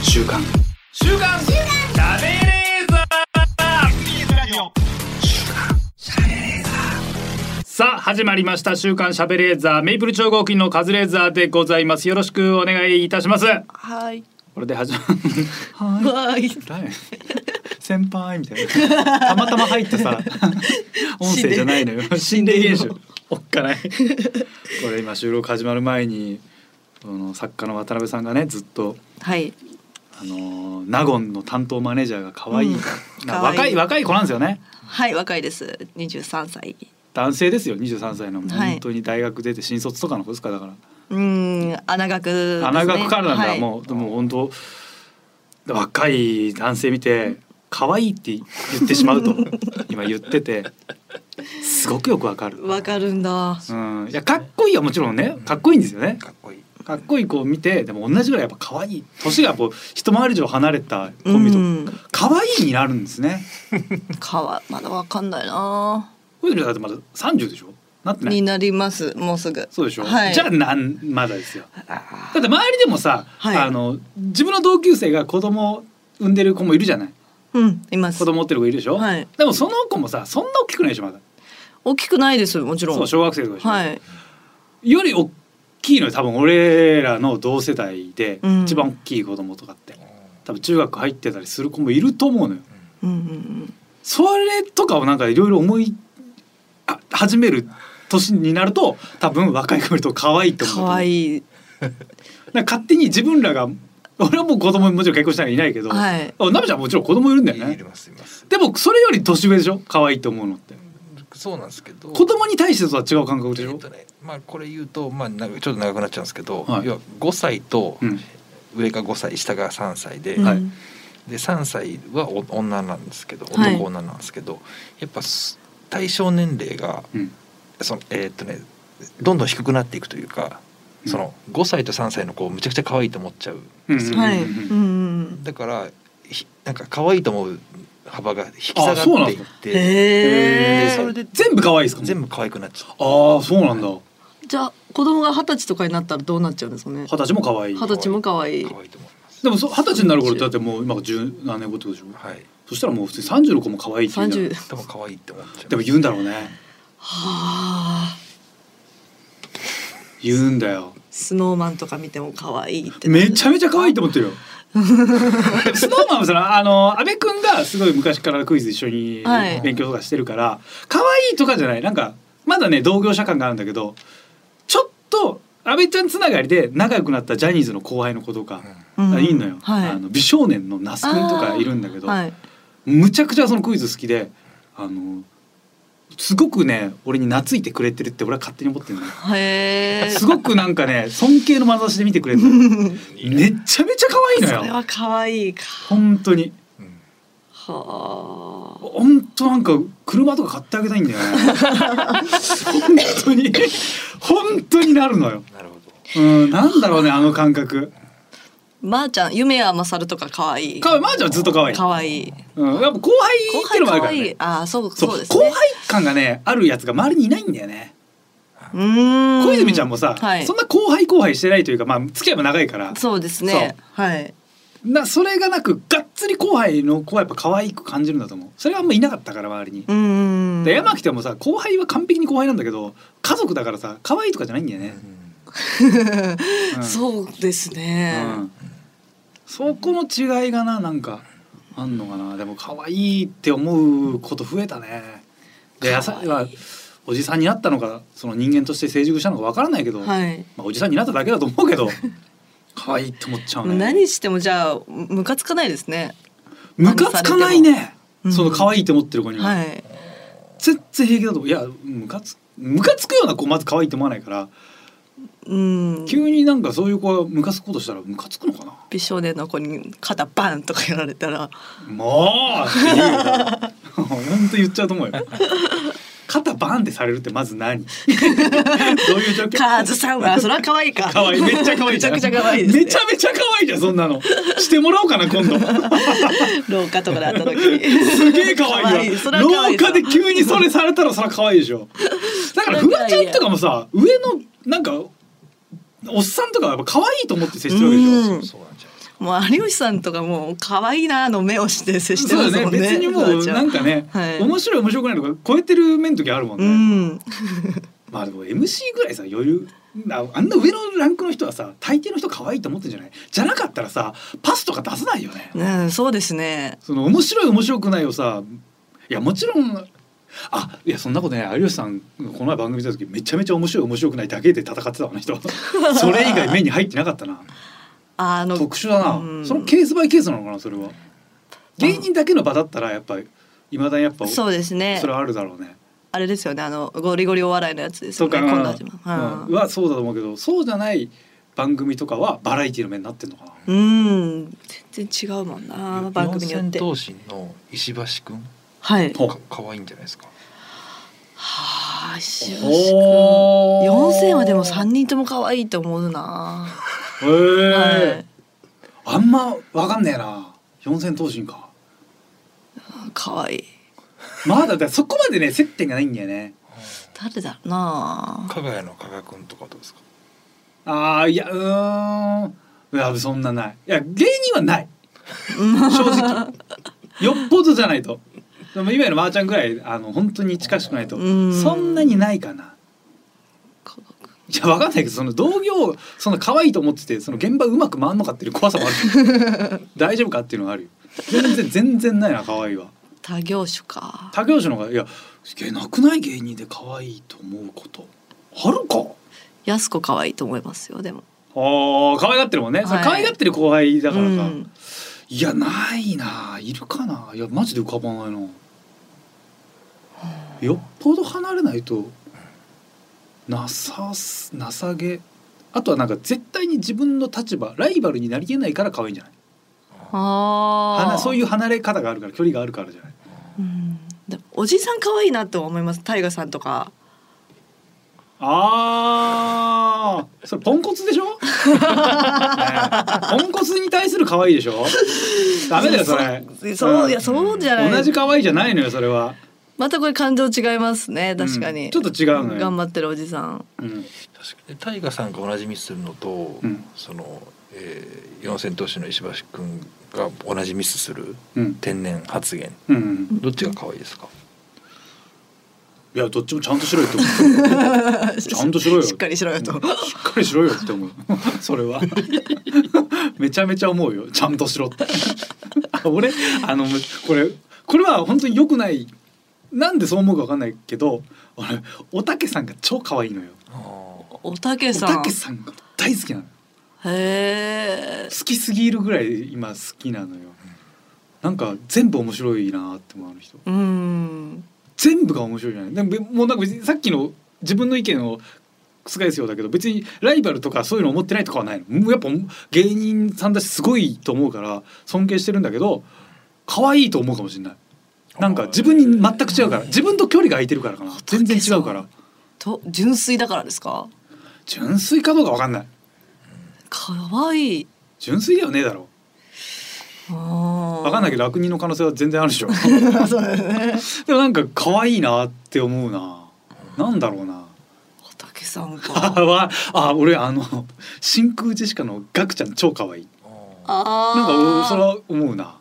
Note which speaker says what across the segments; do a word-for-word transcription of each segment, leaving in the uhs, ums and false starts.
Speaker 1: 週刊週刊しゃべれーザー。さあ始まりました週刊しゃべれーザー、メイプル超合金のカズレーザーでございます。よろしくお願いいたします。
Speaker 2: はい。
Speaker 1: これで始まる
Speaker 2: はい。
Speaker 1: 先輩みたいなたまたま入ったさ音声じゃないのよ。心霊現象おっかないこれ今収録始まる前にあの作家の渡辺さんがねずっと、
Speaker 2: はい、
Speaker 1: あの納言の担当マネージャーが可愛い、うん、若い若い子なんですよね。
Speaker 2: はい若いです。にじゅうさんさい
Speaker 1: 男性ですよ。にじゅうさんさいの本当に大学出て新卒とかの子ですから。だから
Speaker 2: うん穴学ですね。穴
Speaker 1: 学からなんだ、
Speaker 2: はい、
Speaker 1: もうでも本当若い男性見て可愛いって言ってしまうと今言っててすごくよくわかる。
Speaker 2: わかるんだ。
Speaker 1: うん、いやかっこいいはもちろんね、かっこいいんですよね。かっこいいかっこいい子を見て、でも同じぐらいやっぱ可愛い、年がこう一回り以上離れた子見ると可愛いになるんですね。
Speaker 2: かわまだわかんないな。
Speaker 1: 小泉さんってまださんじゅうでしょ。なってない
Speaker 2: になります。もうすぐ。
Speaker 1: そうでしょ、
Speaker 2: はい、
Speaker 1: じゃあなんまだですよ。だって周りでもさ、はい、あの自分の同級生が子供産んでる子もいるじゃない。
Speaker 2: うん、います。
Speaker 1: 子供持ってる子いるでしょ、はい、でもその子もさそんな大きくないでしょ。まだ
Speaker 2: 大きくないです。もちろん
Speaker 1: そう小学生とかでしょ、
Speaker 2: はい、
Speaker 1: より大きいのよ多分俺らの同世代で、うん、一番大きい子供とかって多分中学入ってたりする子もいると思うのよ、うんうんうん、それとかをなんかいろいろ思い始める年になると多分若い子見ると可愛いと思う。
Speaker 2: 可愛い
Speaker 1: なんか勝手に自分らが、俺はもう子供もちろん結婚したらいないけど、はい、ナベちゃんはもちろん子供いるんだよね。いますいます。でもそれより年上でしょ可愛いと思うのって。
Speaker 3: そうなんですけど
Speaker 1: 子供に対してとは違う感覚でしょ、えーとね
Speaker 3: まあ、これ言うと、まあ、ちょっと長くなっちゃうんですけど、はい、要はごさいと上がごさい下がさんさいで、うん、でさんさいは女なんですけど男女なんですけど、はい、やっぱ対象年齢が、うん、そのえーとね、どんどん低くなっていくというか、うん、そのごさいとさんさいの子をむちゃくちゃ可愛いと思っちゃうんですよ、うんはい、だからなんか可愛いと思う幅が引き下がっていって
Speaker 1: でそれで全部可愛いですか。
Speaker 3: 全部可愛くなっちゃう。
Speaker 1: ああそうなんだ。
Speaker 2: じゃあ子供が二十歳とかになったらどうなっちゃうんですかね。
Speaker 1: 二十歳も可愛い。
Speaker 2: 二十歳も可愛い。
Speaker 3: 可愛いと思います。
Speaker 1: でも二十歳になる頃だってもう今が十何年後ってことでしょ。はい。そしたらもう普通にさんじゅうの子も可愛いって言うんだ。
Speaker 3: さんじゅうでも可愛いって思っちゃう。
Speaker 1: でも言うんだろうね。は
Speaker 2: あ。
Speaker 1: 言うんだよ。
Speaker 2: スノーマンとか見ても可愛いって。
Speaker 1: めちゃめちゃ可愛いと思ってるよ。スノーマンはそのあの安倍くんがすごい昔からクイズ一緒に勉強とかしてるから、はい、可愛いとかじゃない、なんかまだね同業者感があるんだけど、ちょっと安倍ちゃんつながりで仲良くなったジャニーズの後輩の子とか、うん、いいのよ、はい、あの美少年の那須くんとかいるんだけど、はい、むちゃくちゃそのクイズ好きで、あのすごくね俺に懐いてくれてるって俺は勝手に思ってるのよ。へーすごくなんかね尊敬の眼差しで見てくれるのめっちゃめちゃ可愛いのよ。
Speaker 2: それは可愛いか
Speaker 1: 本当に、うん、はあ本当なんか車とか買ってあげたいんだよね本当に本当になるのよ。なるほど、うん、なんだろうねあの感覚。
Speaker 2: まー、あ、ちゃん夢やまさるとか可愛い。
Speaker 1: かまー、あ、ちゃんはずっと可愛い。
Speaker 2: 可愛い。
Speaker 1: うん、やっぱ後輩っていうのもあるからね。
Speaker 2: ああそう、
Speaker 1: そう
Speaker 2: そうですね。
Speaker 1: 後輩感がねあるやつが周りにいないんだよね。うーん小泉ちゃんもさ、はい、そんな後輩後輩してないというか、まあ付き合いも長いから。
Speaker 2: そうですね。はい
Speaker 1: なそれがなくがっつり後輩の子はやっぱ可愛く感じるんだと思う。それはあんまいなかったから周りに。うーんで山北もさ後輩は完璧に後輩なんだけど家族だからさ可愛いとかじゃないんだよね。
Speaker 2: うん、そうですね、うん、
Speaker 1: そこの違いがななんかあんのかな。でも可愛いって思うこと増えたね。でやさはおじさんになったのかその人間として成熟したのかわからないけど、はいまあ、おじさんになっただけだと思うけど可愛いって思っちゃうね。
Speaker 2: 何してもじゃあムカつかないですね。
Speaker 1: ムカつかないね、うん、その可愛いって思ってる子には、はい、全然平気だと思う。いやムカつムカつくような子まず可愛いって思わないから、うん急になんかそういう子がムカつくことしたらムカつくのかな。
Speaker 2: 美少年の子に肩バンとかやられたら
Speaker 1: もうって言うよ本当言っちゃうと思うよ肩バンってされるってまず何どういう状況。
Speaker 2: カズさんはそれは可愛いか。
Speaker 1: 可愛いめっちゃ可愛いじゃん。めちゃくちゃ可愛いですね。めちゃめちゃ可愛いじゃんそんなのしてもらおうかな今度
Speaker 2: 廊下とかで会った時
Speaker 1: すげえ可愛いよ。廊下で急にそれされたらそれは可愛いでしょ。だからフワちゃんとかもさ上のなんかおっさんとかはやっぱ可愛いと思って接してるわけでしょ。そうなんじゃないですか。
Speaker 2: もう有吉さんとかもう可愛いなの目をして接してますもんね。
Speaker 1: 別にもうなんかね、はい、面白い面白くないとか超えてる面の時あるもんね。うん、まあでも エムシー ぐらいさ余裕、あんな上のランクの人はさ大抵の人可愛いと思ってんじゃない？じゃなかったらさパスとか出さないよね。
Speaker 2: うん、そうですね。
Speaker 1: その面白い面白くないをさ、いやもちろん、あ、いやそんなことね、有吉さんこの前番組見た時めちゃめちゃ面白い面白くないだけで戦ってたわあの人それ以外目に入ってなかったな。あの特殊だな、うん、そのケースバイケースなのかなそれは。芸人だけの場だったらやっぱりいまだにやっぱ
Speaker 2: そうですね、
Speaker 1: それはあるだろうね。
Speaker 2: あれですよね、あのゴリゴリお笑いのやつですよね。今度は、
Speaker 1: うん、はそうだと思うけど、そうじゃない番組とかはバラエティの面になってんのかな。
Speaker 2: うん、全然違うもんな番組によって。
Speaker 3: 四千頭身の石橋くん、
Speaker 2: はい、
Speaker 3: か可愛いんじゃないですか。
Speaker 2: はあ、石橋くん四千はでも三人とも可愛いと思うな。
Speaker 1: へえ、はい、あんまわかんねえな。四千頭身か。
Speaker 2: 可愛い。
Speaker 1: まだだそこまでね接点がないんだよね。
Speaker 2: 誰だろうな。
Speaker 3: 加賀谷の加賀くんとかどうですか。
Speaker 1: ああ、いや、うーん、いやそんなない。いや芸人はない正直よっぽどじゃないと。でも今のまーちゃんぐらいあの本当に近しくないとそんなにないかな。いやわかんないけど、その同業その可愛いと思っててその現場うまく回んのかっていう怖さもある大丈夫かっていうのはあるよ。全然全然ないな可愛いは。
Speaker 2: 他業種か。
Speaker 1: 他業種の方がいやなくない？芸人で可愛いと思うことあるか。
Speaker 2: やす子可愛いと思いますよ。でも
Speaker 1: ああ可愛がってるもんね、はい、それ可愛がってる後輩だからか、うん、いやないな。いるかな。いやマジで浮かばないな。よっぽど離れないとなさすなさげ。あとはなんか絶対に自分の立場ライバルになり得ないから可愛いんじゃない。あそういう離れ方があるから距離があるからじゃない。
Speaker 2: うん、でもおじさん可愛いなと思います。タイガさんとか。
Speaker 1: ああそれポンコツでしょ、ね、ポンコツに対する可愛いでしょ。ダメだよそれ。
Speaker 2: そう、そう、うん、いやそうじゃない。
Speaker 1: 同じ可愛いじゃないのよそれは。
Speaker 2: またこれ感情違いますね。確かに、
Speaker 1: うん、ちょっと違うのよ。
Speaker 2: 頑張ってるおじさん、
Speaker 3: うん、確かにタイガさんが同じミスするのと、うん、その、えー、四千頭身の石橋くんが同じミスする天然発言、うんうん、どっちが可愛いですか。
Speaker 1: いやどっちもちゃんとしろよって思うちゃんとしろよ
Speaker 2: しっかりしろよと、
Speaker 1: しっかりしろよって思うそれはめちゃめちゃ思うよ。ちゃんとしろって俺あのこれこれは本当に良くない。なんでそう思うか分かんないけど俺おたけさんが超可愛いのよ。
Speaker 2: おたけさん、
Speaker 1: おたけさんが大好きなの。
Speaker 2: へー、
Speaker 1: 好きすぎるぐらい今好きなのよ。なんか全部面白いなって思うあの人。うん、全部が面白いじゃない。でももうなんか別にさっきの自分の意見を覆すようだけど別にライバルとかそういうの思ってないとかはないの。やっぱ芸人さんだしすごいと思うから尊敬してるんだけど可愛いと思うかもしれない。なんか自分に全く違うから自分と距離が空いてるからかな。全然違うから
Speaker 2: と純粋だからですか。
Speaker 1: 純粋かどうか分かんない。
Speaker 2: 可愛い
Speaker 1: 純粋ではねえだろう。分かんないけど悪人の可能性は全然あるでしょ
Speaker 2: そうですね。
Speaker 1: でもなんか可愛いなって思うな。なんだろうな。
Speaker 2: おたけさんか
Speaker 1: あ俺あの真空ジェシカのガクちゃん超可愛い。あなんかそれは思うな。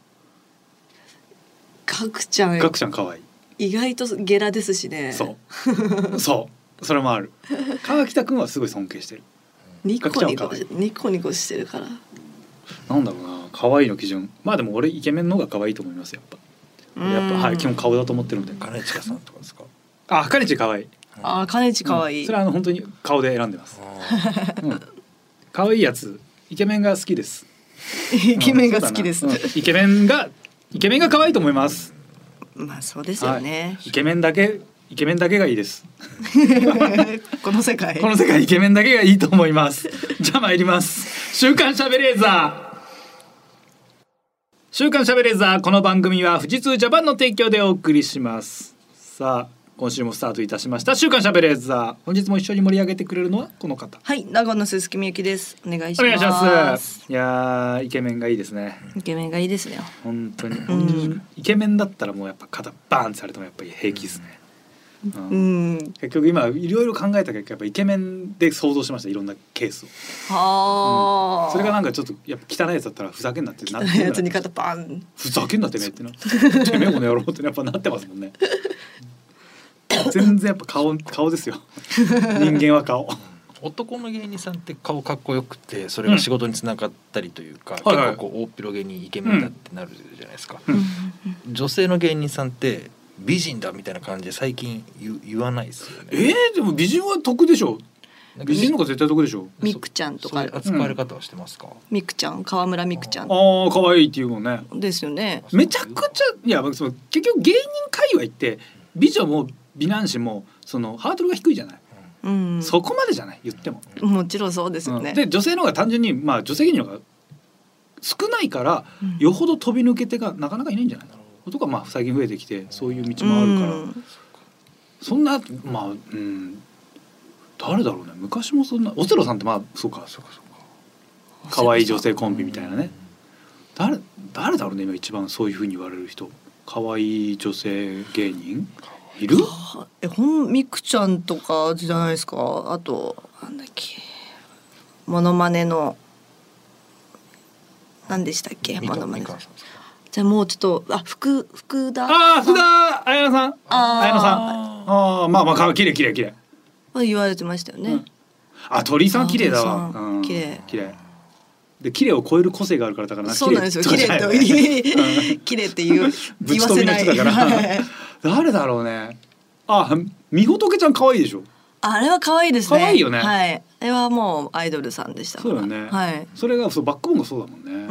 Speaker 2: ガクちゃん
Speaker 1: ガクちゃん可愛い。
Speaker 2: 意外とゲラですしね。
Speaker 1: そうそうそれもある。川北くんはすごい尊敬してる。
Speaker 2: ニコニコニコニコしてるから。
Speaker 1: なんだろうな可愛いの基準。まあでも俺イケメンの方が可愛いと思いますやっぱ。やっぱはい基本顔だと思ってるんで。
Speaker 3: 兼近さんとかですか。
Speaker 1: あ兼近可愛い。
Speaker 2: あ兼近可愛い、
Speaker 1: うん。それはあの本当に顔で選んでます。うん、可愛いやつイケメンが好きです。
Speaker 2: イケメンが好きです。
Speaker 1: うん、イケメンがイケメンが可愛いと思います。
Speaker 2: まあそうですよね、
Speaker 1: はい、イケメンだけイケメンだけがいいです
Speaker 2: この世界
Speaker 1: この世界イケメンだけがいいと思いますじゃあ参ります。週刊しゃべれーザー週刊しゃべれーザー。この番組は富士通ジャパンの提供でお送りします。さあ今週もスタートいたしました週刊しゃべれーザー。本日も一緒に盛り上げてくれるのはこの方。
Speaker 2: はい長野鈴木みゆきです。お願いします。
Speaker 1: お願いします。いやイケメンがいいですね。
Speaker 2: イケメンがいいですね本
Speaker 1: 当に、うん、イケメンだったらもうやっぱ肩バーンってされてもやっぱり平気ですね。 うん、結局今いろいろ考えた結果やっぱイケメンで想像しました、いろんなケースを。は、うん、それがなんかちょっとやっぱ汚いやつだったらふざけんなってなって
Speaker 2: 汚いやつに肩パン
Speaker 1: ふざけんなってねってなてめえこの野郎ってやっぱなってますもんね。全然やっぱ顔顔ですよ人間は顔。
Speaker 3: 男の芸人さんって顔かっこよくてそれが仕事につながったりというか、うん、結構こう大っ広げにイケメンだってなるじゃないですか、うん、女性の芸人さんって美人だみたいな感じで最近 言, 言わないですよね。
Speaker 1: えー、でも美人は得でしょ。美人の方が絶対得でしょ。
Speaker 2: ミクちゃんとか
Speaker 3: 扱われ方はしてますか、うん、
Speaker 2: ミクちゃん、川村ミクちゃん、
Speaker 1: ああ可愛いっていうもんね。
Speaker 2: ですよね。
Speaker 1: めちゃくちゃいやその結局芸人界隈って美女も美男子もそのハードルが低いじゃない、うん、そこまでじゃない言っても。
Speaker 2: もちろんそうですよね、
Speaker 1: うん、で女性の方が単純にまあ女性芸人の方が少ないから、うん、よほど飛び抜けてがなかなかいないんじゃないのとか、まあ最近増えてきてそういう道もあるから、うん、そんなまあ、うん、誰だろうね。昔もそんなオセロさんってまあそうかそうかそうか可愛い女性コンビみたいなね、うん、誰誰だろうね今一番そういう風に言われる人。可愛い女性芸人いる？
Speaker 2: えほんミクちゃんとかじゃないですか。あとなんだっけモノマネの何でしたっけモノマネ。じゃあもうちょっとあ福福田
Speaker 1: あ福田彩乃さん彩乃さんああまあまあ綺麗綺麗綺麗
Speaker 2: 言われてましたよね、うん、
Speaker 1: あ鳥居さん綺麗だわ、
Speaker 2: うん、綺麗
Speaker 1: 綺麗で綺麗を超える個性があるからだからな。
Speaker 2: そうなんですよ。綺麗と綺麗って言う言わせない
Speaker 1: だから誰だろうね。あみほとけちゃん可愛いでしょ。
Speaker 2: あれは可愛いですね。
Speaker 1: 可愛いよね。
Speaker 2: はい。あれはもうアイドルさんでしたから。
Speaker 1: そうだね。
Speaker 2: はい。
Speaker 1: それがそうバックボーンがそうだもんね。
Speaker 2: うん。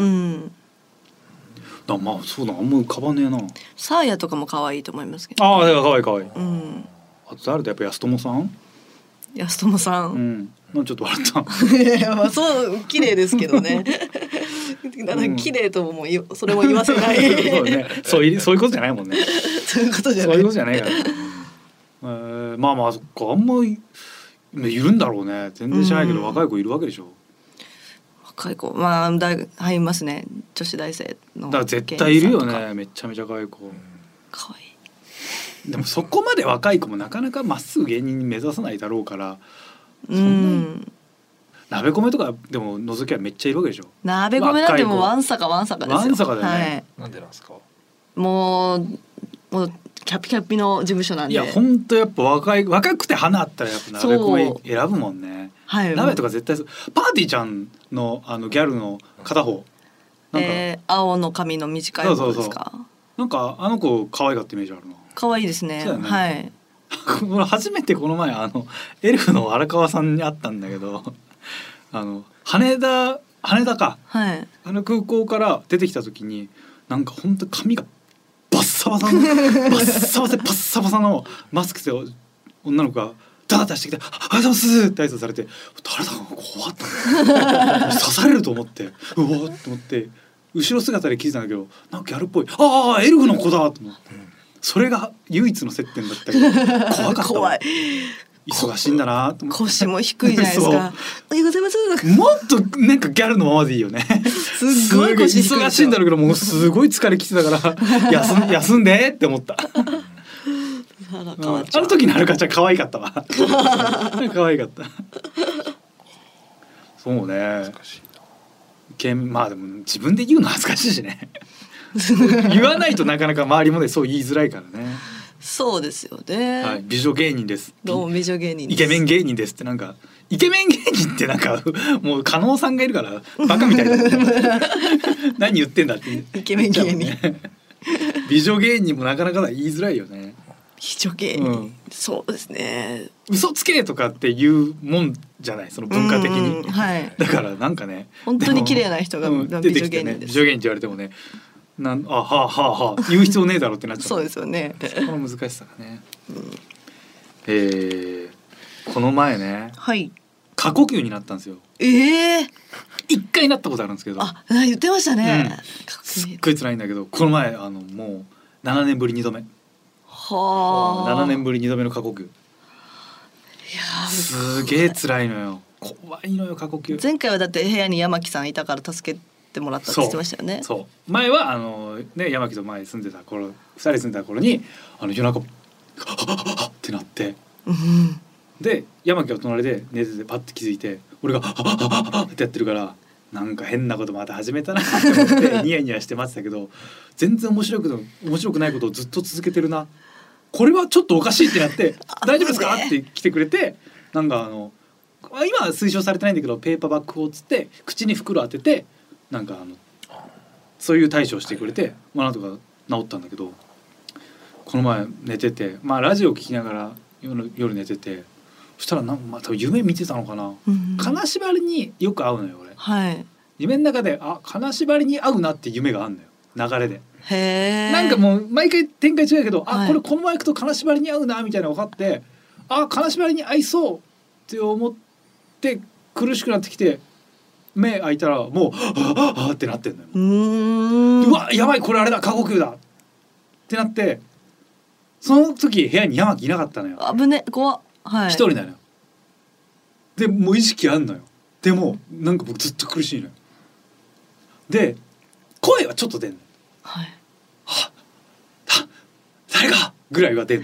Speaker 1: だまあそうだあんま浮かばねえな。
Speaker 2: サーヤとかも可愛いと思いますけど。
Speaker 1: ああ可愛い可愛い。
Speaker 2: うん。
Speaker 1: あと誰だやっぱ安友さん。
Speaker 2: 安友さん。
Speaker 1: うん。なんちょっと笑った。
Speaker 2: いやまあそう綺麗ですけどね。なんか綺麗ともそれも言わせない。
Speaker 1: そうね。そういうそういうことじゃないもんね。
Speaker 2: そういうことじゃない。
Speaker 1: そういうことじゃないから。えー、まあまあそっかあんまいるんだろうね。全然知らないけど、うん、若い子いるわけでしょ。
Speaker 2: 若い子まあだ入りますね。女子大生の。
Speaker 1: だから絶対いるよね。めちゃめちゃ可愛い子。
Speaker 2: 可愛
Speaker 1: い。でもそこまで若い子もなかなかまっすぐ芸人に目指さないだろうから。
Speaker 2: そんな
Speaker 1: 鍋米とかでも覗きはめっちゃいるわけでしょ。
Speaker 2: 鍋米なんてもうワンサかワンサかですよ。
Speaker 1: ワンサかだよね、
Speaker 3: はい、なんでなんですか。
Speaker 2: もうもうキャピキャピの事務所なんで。
Speaker 1: いや本当やっぱ若い若くて花あったらやっぱ鍋米選ぶもんね。はい、鍋とか絶対パーティーちゃんのあのギャルの片方
Speaker 2: なんか、えー、青の髪の短い方ですか。そうそうそう
Speaker 1: なんかあの子可愛かったイメージあるな。
Speaker 2: 可愛いですね。ねはい。
Speaker 1: 初めてこの前あのエルフの荒川さんに会ったんだけどあの羽田羽田か、
Speaker 2: はい、
Speaker 1: あの空港から出てきた時になんか本当髪がバッサバサのバッサバサバッサバサのマスクして女の子がダーッとしてきて「ありがとうございます」って挨拶されて誰だか怖った刺されると思ってうわーって思って後ろ姿で聞いてたんだけどなんかギャルっぽいああエルフの子だと思って。うんそれが唯一の接点だったけど怖かった。怖い。忙しいんだなと思って。
Speaker 2: 腰も低いじゃないですか。おはようございます。
Speaker 1: もっとなんかギャルのままでいいよね。
Speaker 2: すごい腰低い。
Speaker 1: 忙しいんだろうけどもうすごい疲れきてたから休ん休んでって思った。あの時のはるかちゃん可愛かったわ。可愛かった。そうね。まあでも自分で言うの恥ずかしいしね。言わないとなかなか周りもねそう言いづらいからね。
Speaker 2: そうですよね、
Speaker 1: はい、美女芸人です。
Speaker 2: どうも美女芸人です。
Speaker 1: イケメン芸人ですってなんかイケメン芸人ってなんかもう加納さんがいるからバカみたいな何言ってんだって
Speaker 2: イケメン芸人
Speaker 1: 美女芸人もなかなか言いづらいよね。
Speaker 2: 美女芸人、うん、そうですね。
Speaker 1: 嘘つけとかっていうもんじゃないその文化的に、
Speaker 2: はい、
Speaker 1: だからなんかね
Speaker 2: 本当に綺麗な人が美女芸人です。
Speaker 1: 美女芸人って言われてもねなんあはあはあはあ言う必要ねえだろってなっちゃう。
Speaker 2: そうですよね。
Speaker 1: そこの難しさがね、うん、えー、この前ね、
Speaker 2: はい、
Speaker 1: 過呼吸になったんですよ。
Speaker 2: ええー、
Speaker 1: 一回なったことあるんですけど
Speaker 2: あ言ってましたね、
Speaker 1: うん、すっごい辛いんだけどこの前あのもうななねんぶりにどめ
Speaker 2: はあ
Speaker 1: ななねんぶりにどめの過呼吸。いやすげえ辛いのよ。怖いのよ過呼吸。
Speaker 2: 前回はだって部屋に山木さんいたから助けてもらったって言ってましたよね。
Speaker 1: そうそう前はあのね山木と前住んでた頃ふたり住んでた頃にあの夜中はっってなって、
Speaker 2: うん、
Speaker 1: で山木が隣で寝ててパッて気づいて俺がはっはっはっはってやってるからなんか変なことまた始めたなって思ってニヤニヤして待ってたけど全然面白く面白くないことをずっと続けてるな、これはちょっとおかしいってなって大丈夫ですかって来てくれて、なんかあの今は推奨されてないんだけどペーパーバッグ法っつって口に袋当ててなんかあのそういう対処をしてくれて、まあなんとか治ったんだけど、この前寝ててまあラジオ聞きながら 夜, 夜寝ててそしたらなんかまた夢見てたのかな、うん、金縛りによく会うのよ俺、
Speaker 2: はい、
Speaker 1: 夢の中であ金縛りに会うなって夢があるのよ流れで。
Speaker 2: へー、
Speaker 1: なんかもう毎回展開違うけど、はい、あこれこのまま行くと金縛りに合うなみたいなの分かって、あ金縛りに合いそうって思って苦しくなってきて目開いたらもうああってなってんのよ。うーん、うわやばいこれあれだ過呼吸だってなって、その時部屋に山木いなかったのよ。
Speaker 2: 危ね怖っ、はい、
Speaker 1: 一人なのよ。でもう意識あんのよ。でもなんか僕ずっと苦しいのよ。で声はちょっと出んの、
Speaker 2: はい、
Speaker 1: はだ誰かぐらいは出んの。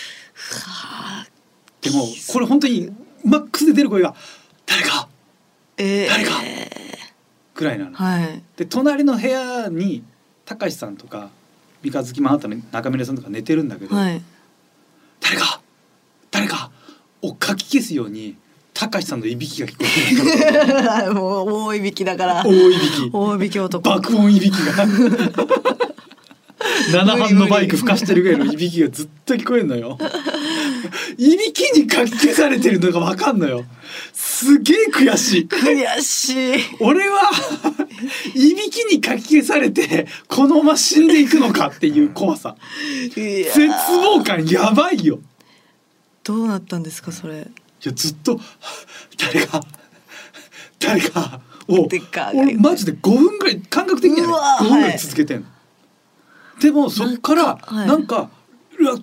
Speaker 1: でもこれ本当にマックスで出る声が誰か、えー、誰かぐらいなの、
Speaker 2: はい、
Speaker 1: で隣の部屋に高橋さんとか三日月マンハッタンの中村さんとか寝てるんだけど、
Speaker 2: はい、
Speaker 1: 誰か誰かをかき消すように高橋さんのいびきが聞こえ
Speaker 2: るもう大いびきだから
Speaker 1: 大いびき
Speaker 2: 大いびき男
Speaker 1: 爆音いびきがななばんのバイク吹かしてるぐらいのいびきがずっと聞こえるのよいびきにかき消されてるのが分かんのよ。すげえ悔しい
Speaker 2: 悔しい
Speaker 1: 俺はいびきにかき消されてこのまま死んでいくのかっていう怖さ絶望感やばいよ。
Speaker 2: どうなったんですかそれ。
Speaker 1: いやずっと誰か誰かを俺マジでごふんぐらい感覚的にはねごふんぐらい続けてんの、はい、でもそっからなんか、はい、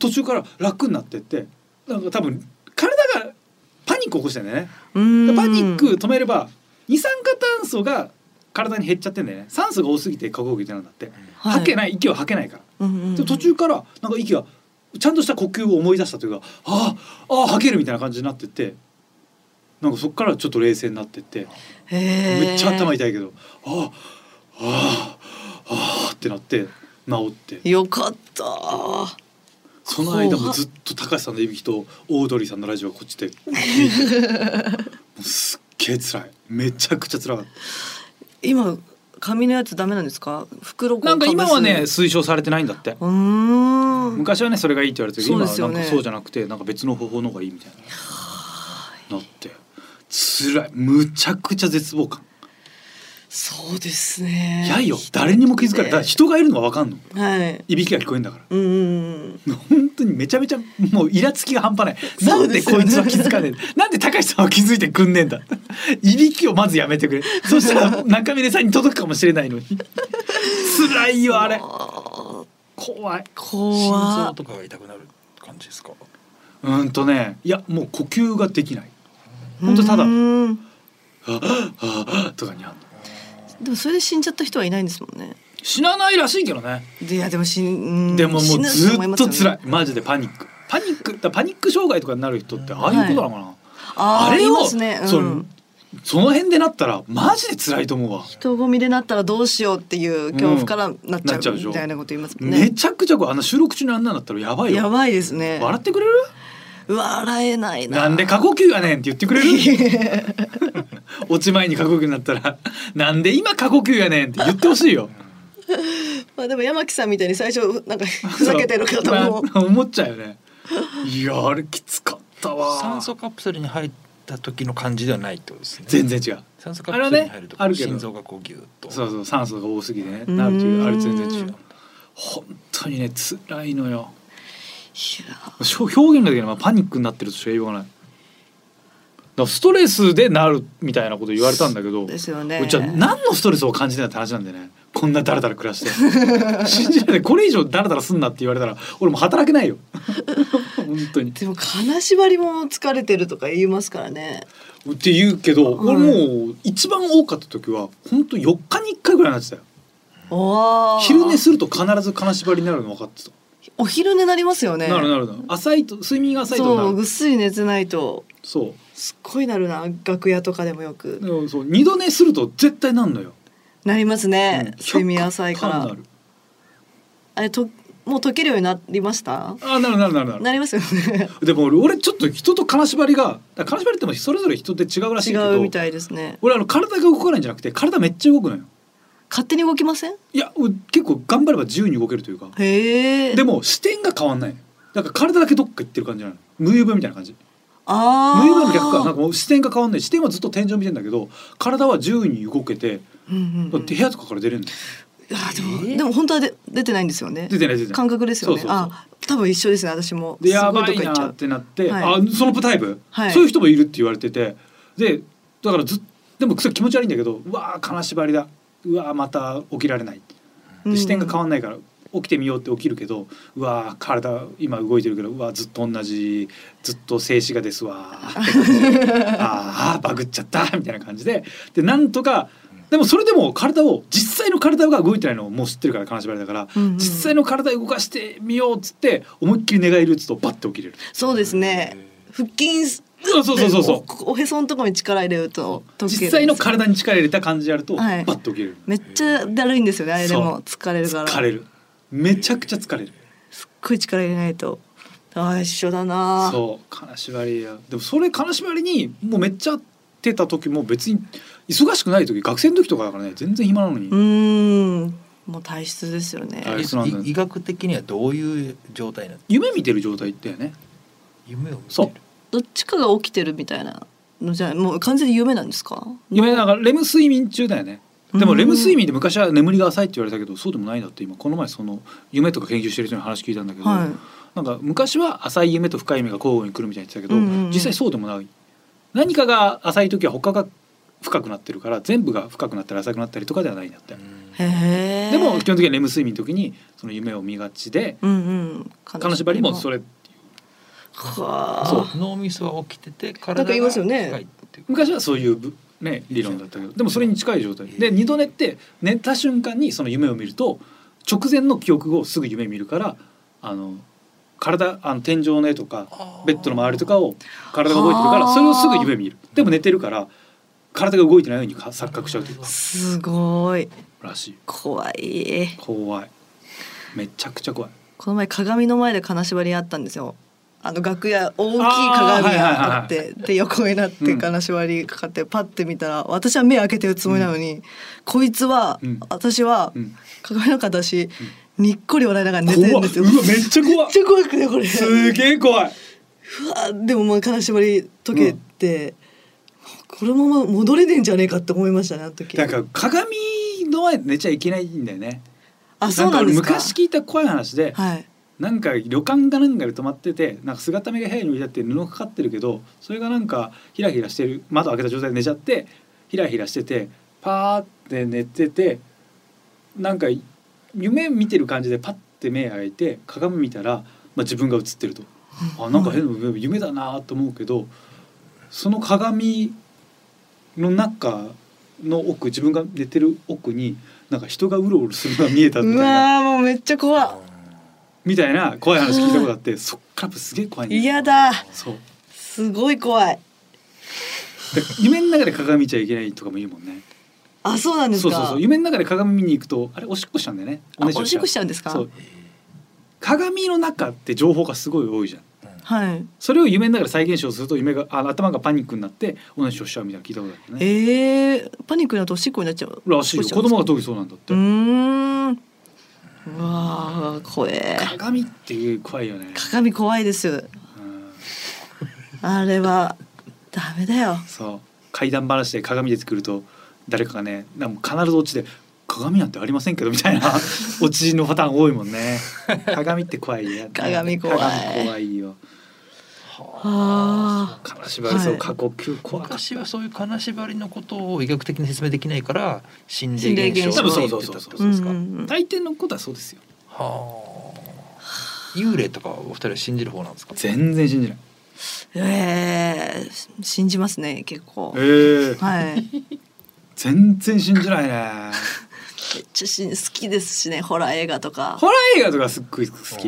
Speaker 1: 途中から楽になってってなんか多分体がパニック起こしてんだよね。パニック止めれば二酸化炭素が体に減っちゃってんだよね。酸素が多すぎて過呼吸ってなんだって、はい、吐けない息は吐けないから、うんうんうん、で途中からなんか息がちゃんとした呼吸を思い出したというかああああ吐けるみたいな感じになってって、なんかそっからちょっと冷静になってって、めっちゃ頭痛いけどあああああってなって治って
Speaker 2: よかった。
Speaker 1: その間もずっと高橋さんのいびきとオードリーさんのラジオがこっちで聞いてもうすっげえ辛い、めちゃくちゃ辛かった。
Speaker 2: 今紙のやつダメなんですか。袋
Speaker 1: なんか今はね推奨されてないんだって。うーん昔はねそれがいいって言われてるけど、ね、今はなんかそうじゃなくてなんか別の方法の方がいいみたいななって辛い、むちゃくちゃ絶望感。
Speaker 2: そうですね。
Speaker 1: いやいよ誰にも気づかれない。だから人がいるのは分かんの、
Speaker 2: はい、
Speaker 1: いびきが聞こえんだから。
Speaker 2: うんうんうん、
Speaker 1: 本当にめちゃめちゃもうイラつきが半端ない。なんでこいつは気づかねえなんで高橋さんは気づいてくんねえんだいびきをまずやめてくれそしたら中峰さんに届くかもしれないのに辛いよあれ。怖い。
Speaker 2: 怖い。
Speaker 3: 心臓とかが痛くなる感じですか。
Speaker 1: うんとねいやもう呼吸ができない。本当ただはあとかにあんの。
Speaker 2: でもそれで死んじゃった人はいないんですもんね。
Speaker 1: 死なないらしいけどね。
Speaker 2: いやでも死ん
Speaker 1: でももうずっと辛い、マジでパニックパニックだパニック障害とかになる人ってああいうことなのかな、はい、あ, あれを、ねうん、そ, その辺でなったらマジで辛いと思うわ。
Speaker 2: 人混みでなったらどうしようっていう恐怖からなっちゃう、うん、みたいなこと言いますもんね。
Speaker 1: めちゃくちゃこうあの収録中にあんなだったらやばいよ。
Speaker 2: やばいですね。
Speaker 1: 笑ってくれる。
Speaker 2: 笑えないな。
Speaker 1: なんで過呼吸やねんって言ってくれる落ち前に過呼吸になったらなんで今過呼吸やねんって言ってほしいよ
Speaker 2: まあでも山木さんみたいに最初なんかふざけてる方も、
Speaker 1: まあ、思っちゃうよね。いやあれきつかったわ。
Speaker 3: 酸素カプセルに入った時の感じではないってことですね。
Speaker 1: 全然違う。
Speaker 3: 酸素カプセルに入ると、
Speaker 1: ね、
Speaker 3: 心臓がこうギュッと
Speaker 1: そうそう酸素が多すぎてねなるっていうあれ全然違う。本当にね辛いのよ。表現ができない、パニックになってるとしか言いようがない。だからストレスでなるみたいなこと言われたんだけど
Speaker 2: ですよね。
Speaker 1: じゃあ何のストレスを感じてないって話なんでね。こんなダラダラ暮らして信じられない。これ以上ダラダラすんなって言われたら俺も働けないよ本当に。
Speaker 2: でも金縛りも疲れてるとか言いますからね
Speaker 1: って言うけど、うん、俺もう一番多かった時は本当よっかにいっかいぐらいになってたよ。昼寝すると必ず金縛りになるの分かってた。
Speaker 2: お昼寝なりますよね。
Speaker 1: なるなるなる。浅いと睡眠が浅いとなる。
Speaker 2: そうぐっすり寝てないと。
Speaker 1: そう
Speaker 2: すっごいなるな、楽屋とかでもよく。
Speaker 1: でもそう二度寝すると絶対なんのよ。
Speaker 2: なりますね、
Speaker 1: うん、
Speaker 2: 睡眠浅いから。
Speaker 1: なる。
Speaker 2: あれともう解けるようになりました？
Speaker 1: あ、なるなるなるなる。
Speaker 2: なりますよね。
Speaker 1: でも俺ちょっと人と金縛りが、金縛りってもそれぞれ人って違うらしいけど。
Speaker 2: 違うみたいですね。
Speaker 1: 俺あの体が動かないんじゃなくて体めっちゃ動くのよ。
Speaker 2: 勝手に動きません？
Speaker 1: いや結構頑張れば自由に動けるというか。
Speaker 2: へえ。
Speaker 1: でも視点が変わんない。だから体だけどっか行ってる感じなの。ムーブみたいな感じ。
Speaker 2: ああ。
Speaker 1: ムーブの逆か、なんかもう視点が変わんない。視点はずっと天井見てんだけど、体は自由に動けて、
Speaker 2: うんうんうん、
Speaker 1: 部屋とかから出れるんだよ。
Speaker 2: あでも、えー、でも本当はで出てないんですよね。
Speaker 1: 出てない出てない。
Speaker 2: 感覚ですよね。
Speaker 1: そうそうそう。
Speaker 2: あ、多分一緒ですね。私も。
Speaker 1: でやばいなってなって、はい、あそのタイプ、
Speaker 2: はい、
Speaker 1: そういう人もいるって言われてて、でだからずでもそれ気持ち悪いんだけど、うわー金縛りだ、うわーまた起きられない。で視点が変わんないから起きてみようって起きるけど、うわー体今動いてるけど、うわーずっと同じ、ずっと静止画ですわーああバグっちゃったみたいな感じで、でなんとか。でもそれでも体を実際の体が動いてないのをもう知ってるから金縛りだから、うんうん、実際の体動かしてみようっつって思いっきり寝返り打つとバッて起きれる。
Speaker 2: そうですね。腹筋
Speaker 1: そうそうそうそう
Speaker 2: お, おへそのところに力入れると
Speaker 1: 実際の体に力入れた感じやると、はい、バッと起きれる。
Speaker 2: めっちゃだるいんですよね。あれでも疲れるから。
Speaker 1: 疲れる。めちゃくちゃ疲れる。
Speaker 2: すっごい力入れないと。ああ一緒だな。
Speaker 1: そう金縛りや。でもそれ金縛りにもうめっちゃってた時も別に忙しくない時、学生の時とかだからね、全然暇なのに。
Speaker 2: うーんもう体質ですよね。
Speaker 3: 医学的にはどういう状態なの？
Speaker 1: 夢見てる状態だよね。
Speaker 3: 夢を見てる。
Speaker 2: そう。どっちかが起きてるみたいなのじゃもう完全に夢なんですか？
Speaker 1: 夢なんかレム睡眠中だよね。でもレム睡眠で昔は眠りが浅いって言われたけど、そうでもないんだって今この前その夢とか研究してる人に話聞いたんだけど、はい、なんか昔は浅い夢と深い夢が交互に来るみたいに言ってたけど、うんうん、実際そうでもない。何かが浅い時は他が深くなってるから、全部が深くなったり浅くなったりとかではないんだって。
Speaker 2: へ
Speaker 1: でも基本的にはレム睡眠の時にその夢を見がちで、うんうん、金縛りもそれ。
Speaker 2: は
Speaker 3: そう脳みそは起きてて体が
Speaker 2: 深いっていう。
Speaker 1: 昔はそういうね理論だったけど、でもそれに近い状態で、二度寝って寝た瞬間にその夢を見ると直前の記憶をすぐ夢見るから、あの体あの天井の絵とかベッドの周りとかを体が動いてるから、それをすぐ夢見る。でも寝てるから体が動いてないように錯覚しちゃうというか。
Speaker 2: すごい
Speaker 1: らしい。
Speaker 2: 怖い
Speaker 1: 怖い。めちゃくちゃ怖い。
Speaker 2: この前鏡の前で金縛りあったんですよ。あの楽屋大きい鏡があって、はいはいはい、で横になって金縛りかかって、うん、パッて見たら私は目開けてるつもりなのに、うん、こいつは、うん、私は、うん、鏡の中だし、うん、にっこり笑いながら寝てるんですよ。
Speaker 1: うわめっちゃ怖い。
Speaker 2: めっちゃ怖くてこれ
Speaker 1: すげえ怖い。
Speaker 2: うわでももう金縛り解けて、うん、このまま戻れねえんじゃねえかって思いましたねあの時。
Speaker 1: なんか鏡の前で寝ちゃいけないんだよね。
Speaker 2: あそうなんですか。
Speaker 1: 昔聞いた怖い話で、
Speaker 2: はい、
Speaker 1: なんか旅館かなんかで泊まってて、なんか姿目が部屋に置いてあって布かかってるけど、それがなんかヒラヒラしてる、窓開けた状態で寝ちゃってヒラヒラしててパーって寝てて、なんか夢見てる感じでパッて目開いて鏡見たら、まあ、自分が映ってると、あなんか変な夢だなと思うけど、その鏡の中の奥、自分が寝てる奥になんか人がうろうろするのが見えたみたいな。
Speaker 2: うわもうめっちゃ怖い
Speaker 1: みたいな怖い話聞いたことあって、そっからすげえ怖いんだよ。
Speaker 2: 嫌だ。
Speaker 1: そう
Speaker 2: すごい怖い。
Speaker 1: 夢の中で鏡見ちゃいけないとかも言うもんね。
Speaker 2: あそうなんですか。
Speaker 1: そうそうそう、夢の中で鏡見に行くとあれおしっこしちゃうんだよね。
Speaker 2: おしっこしちゃうんですか。
Speaker 1: そう鏡の中って情報がすごい多いじゃん。
Speaker 2: はい、
Speaker 1: それを夢の中で再現しようとすると夢があ頭がパニックになって同じ人しちゃうみたいな聞いたことあるね。
Speaker 2: えー、パニックになるとおしっこになっちゃう
Speaker 1: らしいよ。子供が特にそうなんだって。
Speaker 2: うーんうわ怖え。
Speaker 1: 鏡っていう怖いよね。
Speaker 2: 鏡怖いです。あれはダメだよ。
Speaker 1: そう怪談話で鏡出てくると誰かがね、なんか必ず落ちて鏡なんてありませんけどみたいな落ちのパターン多いもんね。鏡って怖いや。
Speaker 2: 鏡怖い。
Speaker 1: 鏡怖いよ。
Speaker 2: はあ、
Speaker 1: 金縛り、そう過呼吸怖かった。
Speaker 3: 昔はそういう金縛りのことを医学的に説明できないから心霊現象って言ってたってことですか。
Speaker 1: 大抵のことはそうですよ。
Speaker 3: はあ。幽霊とかお二人は信じる方なんですか。
Speaker 1: 全然信じない。
Speaker 2: えー、信じますね結構。
Speaker 1: えー、
Speaker 2: はい。
Speaker 1: 全然信じないね。
Speaker 2: めっちゃし好きですしね、ホラー映画とか。
Speaker 1: ホラー映画とかすっごい好き。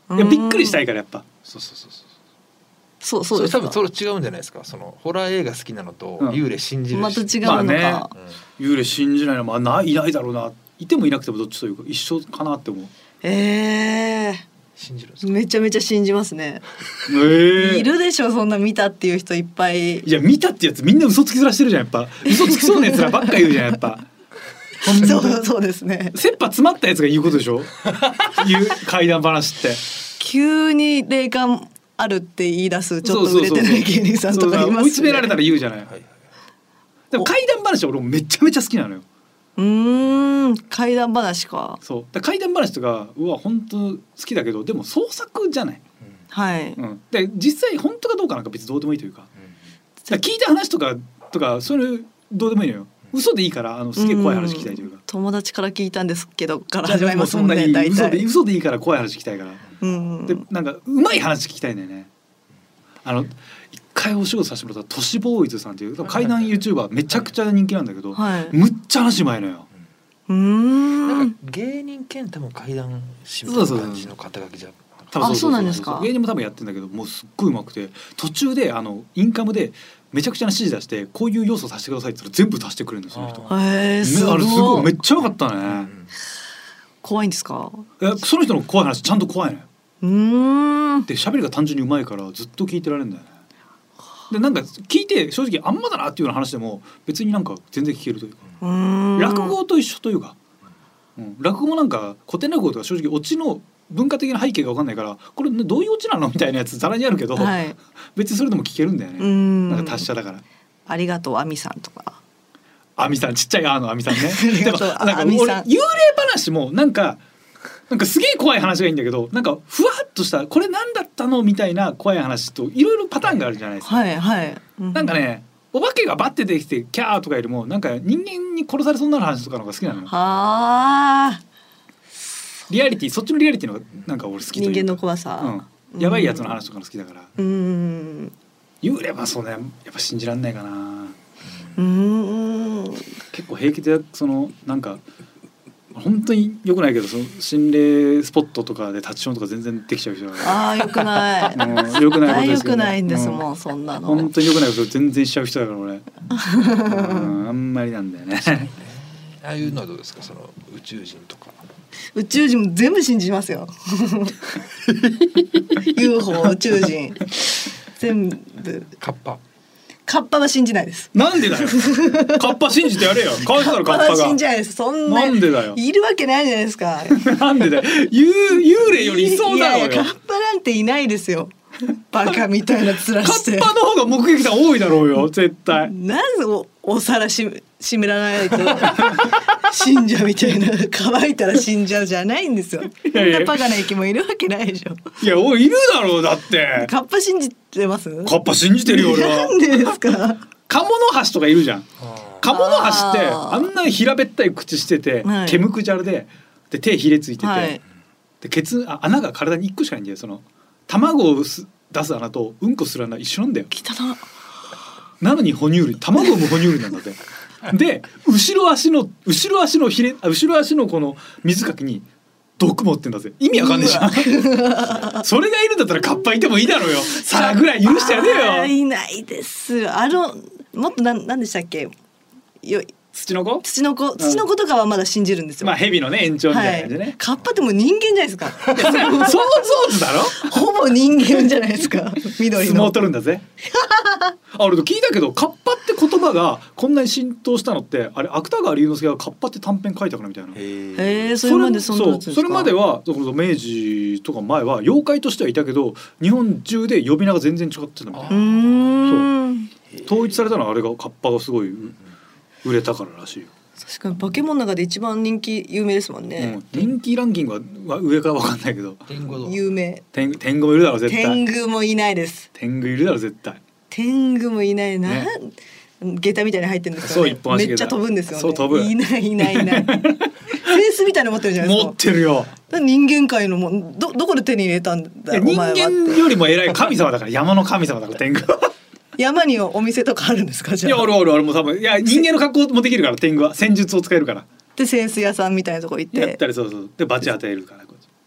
Speaker 1: いやびっくりしたいからやっぱ。
Speaker 3: そうそうそうそう。
Speaker 2: そうそうですか。
Speaker 3: 多分それ違うんじゃないですか。そのホラー映画好きなのと、うん、幽霊信じる
Speaker 2: また違うのか。
Speaker 1: まあねうん、幽霊信じないのはまあないないだろうな。いてもいなくてもどっちというか一緒かなって思う。
Speaker 2: えー、
Speaker 3: 信じるんですか。
Speaker 2: めちゃめちゃ信じますね。
Speaker 1: えー、
Speaker 2: いるでしょそんな見たっていう人いっぱい。
Speaker 1: いや見たってやつみんな嘘つき面してるじゃんやっぱ。嘘つきそうなやつらばっか言うじゃんやっぱ。
Speaker 2: そうそうですね。
Speaker 1: 切羽詰まったやつが言うことでしょ。言う怪談話って。
Speaker 2: 急に霊感あるって言い出すちょっと売れてない芸人さんとかいますね。
Speaker 1: 追い詰められたら言うじゃない。はい、でも怪談話は俺もめちゃめちゃ好きなのよ。
Speaker 2: うーん怪談話か。
Speaker 1: そうだ怪談話とかうわ本当好きだけどでも創作じゃない、うん、
Speaker 2: はい、
Speaker 1: うん、で実際本当かどうかなんか別にどうでもいいというか、うん、聞いた話とかとかそれどうでもいいのよ。嘘でいいからあのすげえ怖い話聞きたいというか、うん、
Speaker 2: 友達から聞いたんですけどから始まりますもんね。大体
Speaker 1: 嘘で嘘でいいから怖い話聞きたいから、
Speaker 2: うん、
Speaker 1: でなんかうまい話聞きたいんだよね。あの一回お仕事させてもらった都市ボーイズさんっていう怪談 YouTuber めちゃくちゃ人気なんだけど、はい、むっちゃ話うまいのよ。
Speaker 2: うーん
Speaker 3: なんか芸人兼多分怪談師みたいな感じの肩書きじゃん。
Speaker 2: あ、そうなんですか。
Speaker 1: 芸人も多分やってんだけどもうすっごいうまくて途中であのインカムでめちゃくちゃな指示出してこういう要素足してくださいって言ったら全部足してくれるんですよ人。
Speaker 2: へーすごい。
Speaker 1: あれすごいめっちゃ良かったね、うん、
Speaker 2: 怖いんですか。
Speaker 1: いやその人の怖い話ちゃんと怖いのよ。
Speaker 2: うーん
Speaker 1: で喋りが単純にうまいからずっと聞いてられるんだよね。でなんか聞いて正直あんまだなっていうような話でも別になんか全然聞けるというか、
Speaker 2: うーん
Speaker 1: 落語と一緒というか、うん、落語もなんか古典落語とか正直オチの文化的な背景が分かんないからこれどういうオチなのみたいなやつざらにあるけど、はい、別にそれでも聞けるんだよね。うんなんか達者だから。
Speaker 2: ありがとうアミさんとか。
Speaker 1: アミさんちっちゃいあのアミさんね。
Speaker 2: でもなんか
Speaker 1: 俺幽霊話もなんかなんかすげえ怖い話がいいんだけどなんかふわっとしたこれ何だったのみたいな怖い話といろいろパターンがあるじゃないですか。
Speaker 2: はいはい、
Speaker 1: うん、なんかねお化けがバッて出てきてキャーとかよりもなんか人間に殺されそうになる話とかの方が好きなのよ。
Speaker 2: はー
Speaker 1: リアリティそっちのリアリティのなんか俺好きというか
Speaker 2: 人間の怖さ、
Speaker 1: うん、やばいやつの話とかの好きだから。
Speaker 2: うん、
Speaker 1: 幽霊はそうねやっぱ信じらんないかな。
Speaker 2: うん
Speaker 1: 結構平気でそのなんか本当に良くないけどその心霊スポットとかで立ちションとか全然できちゃう人だから。
Speaker 2: ああ良くない。
Speaker 1: もう良くないことですけど、ね、
Speaker 2: 良くないんですもん、うん、そんなの。
Speaker 1: 本当に良くないこと全然しちゃう人だから俺。うんあんまりなんだよね。
Speaker 3: ああいうのはどうですかその宇宙人とか。
Speaker 2: 宇宙人も全部信じますよ。ユーフォー 宇宙人全部。
Speaker 3: カッパ。
Speaker 2: カッパは信じないです。
Speaker 1: なんでだよ。カッパ信じてやれよ。かわいそうだろカッパが。
Speaker 2: カッパは信じないです。そんな。
Speaker 1: なんでだよ。
Speaker 2: いるわけないじゃないですか。
Speaker 1: なんでだよ。幽幽霊よりいそうだろうよ。
Speaker 2: いやいやカッパなんていないですよ。バカみたいな面して。
Speaker 1: カッパの方が目撃者多いだろうよ絶対。
Speaker 2: なんで お, お皿し湿らないと死んじゃうみたいな乾いたら死んじゃうじゃないんですよ。こんなバカな生き物いるわけないでしょ。
Speaker 1: いやおいいるだろうだって。
Speaker 2: カッパ信じてます？
Speaker 1: カッパ信じてるよ俺は。
Speaker 2: なんでですか？
Speaker 1: カモノハシとかいるじゃん。カモノハシってあんな平べったい口してて、はい、毛むくじゃらでで手ひれついてて、はい、でケツあ穴が体にいっこしかないんだよ。その卵を出す穴とうんこする穴一緒なんだよ。
Speaker 2: 汚な。
Speaker 1: なのに哺乳類卵も哺乳類なんだって。で後ろ足の後ろ足のひれ後ろ足のこの水かきに毒持ってんだぜ。意味わかんねえじゃん。それがいるんだったらカッパいてもいいだろうよ。さあぐらい許してやれよ。
Speaker 2: いないです。あのもっとなんなんでしたっけ。よ
Speaker 1: 土の子？
Speaker 2: 土の子、土の子とかはまだ信じるんですよ。
Speaker 1: まあ蛇のね延長みたいな感じね。
Speaker 2: はい、カッパってもう人間じゃないですか。
Speaker 1: 想像図だろ。
Speaker 2: ほぼ人間じゃないですか。緑の。
Speaker 1: 相撲取るんだぜ。あ俺聞いたけどカッパって言葉がこんなに浸透したのってあれ芥川龍之介がカッパって短編書いたからみたいな。
Speaker 2: へえそれまでそんな
Speaker 1: そうそれまでは明治とか前は妖怪としてはいたけど日本中で呼び名が全然違ってたみたいな。そう統一されたのはあれがカッパがすごい売れたかららしいよ。
Speaker 2: 確かに化け物の中で一番人気有名ですもんね。
Speaker 1: うん、人気ランキングは上からわかんないけど
Speaker 3: 天狗
Speaker 2: 有名。
Speaker 1: 天狗天狗もいるだろ絶対。
Speaker 2: 天狗もいないです。
Speaker 1: 天狗いるだろ絶対。
Speaker 2: 天狗もいないな、ね、下駄みたいに入ってるんですよね。そう一本足下駄めっちゃ飛ぶんですよね。
Speaker 1: そう飛ぶ。
Speaker 2: いないいないいない。フェースみたいなの持ってるじゃないですか。
Speaker 1: 持ってるよ。
Speaker 2: 人間界のもどどこで手に入れたんだよお前はって。
Speaker 1: 人間よりも偉い神様だから山の神様だから天狗。
Speaker 2: 山にお店とかあるんですかじゃあ。
Speaker 1: いやあるあるあるもう多分いや人間の格好もできるから天狗は戦術を使えるから。
Speaker 2: で扇子屋さんみたいなとこ行って
Speaker 1: やったりそうそうでバチ当てるから。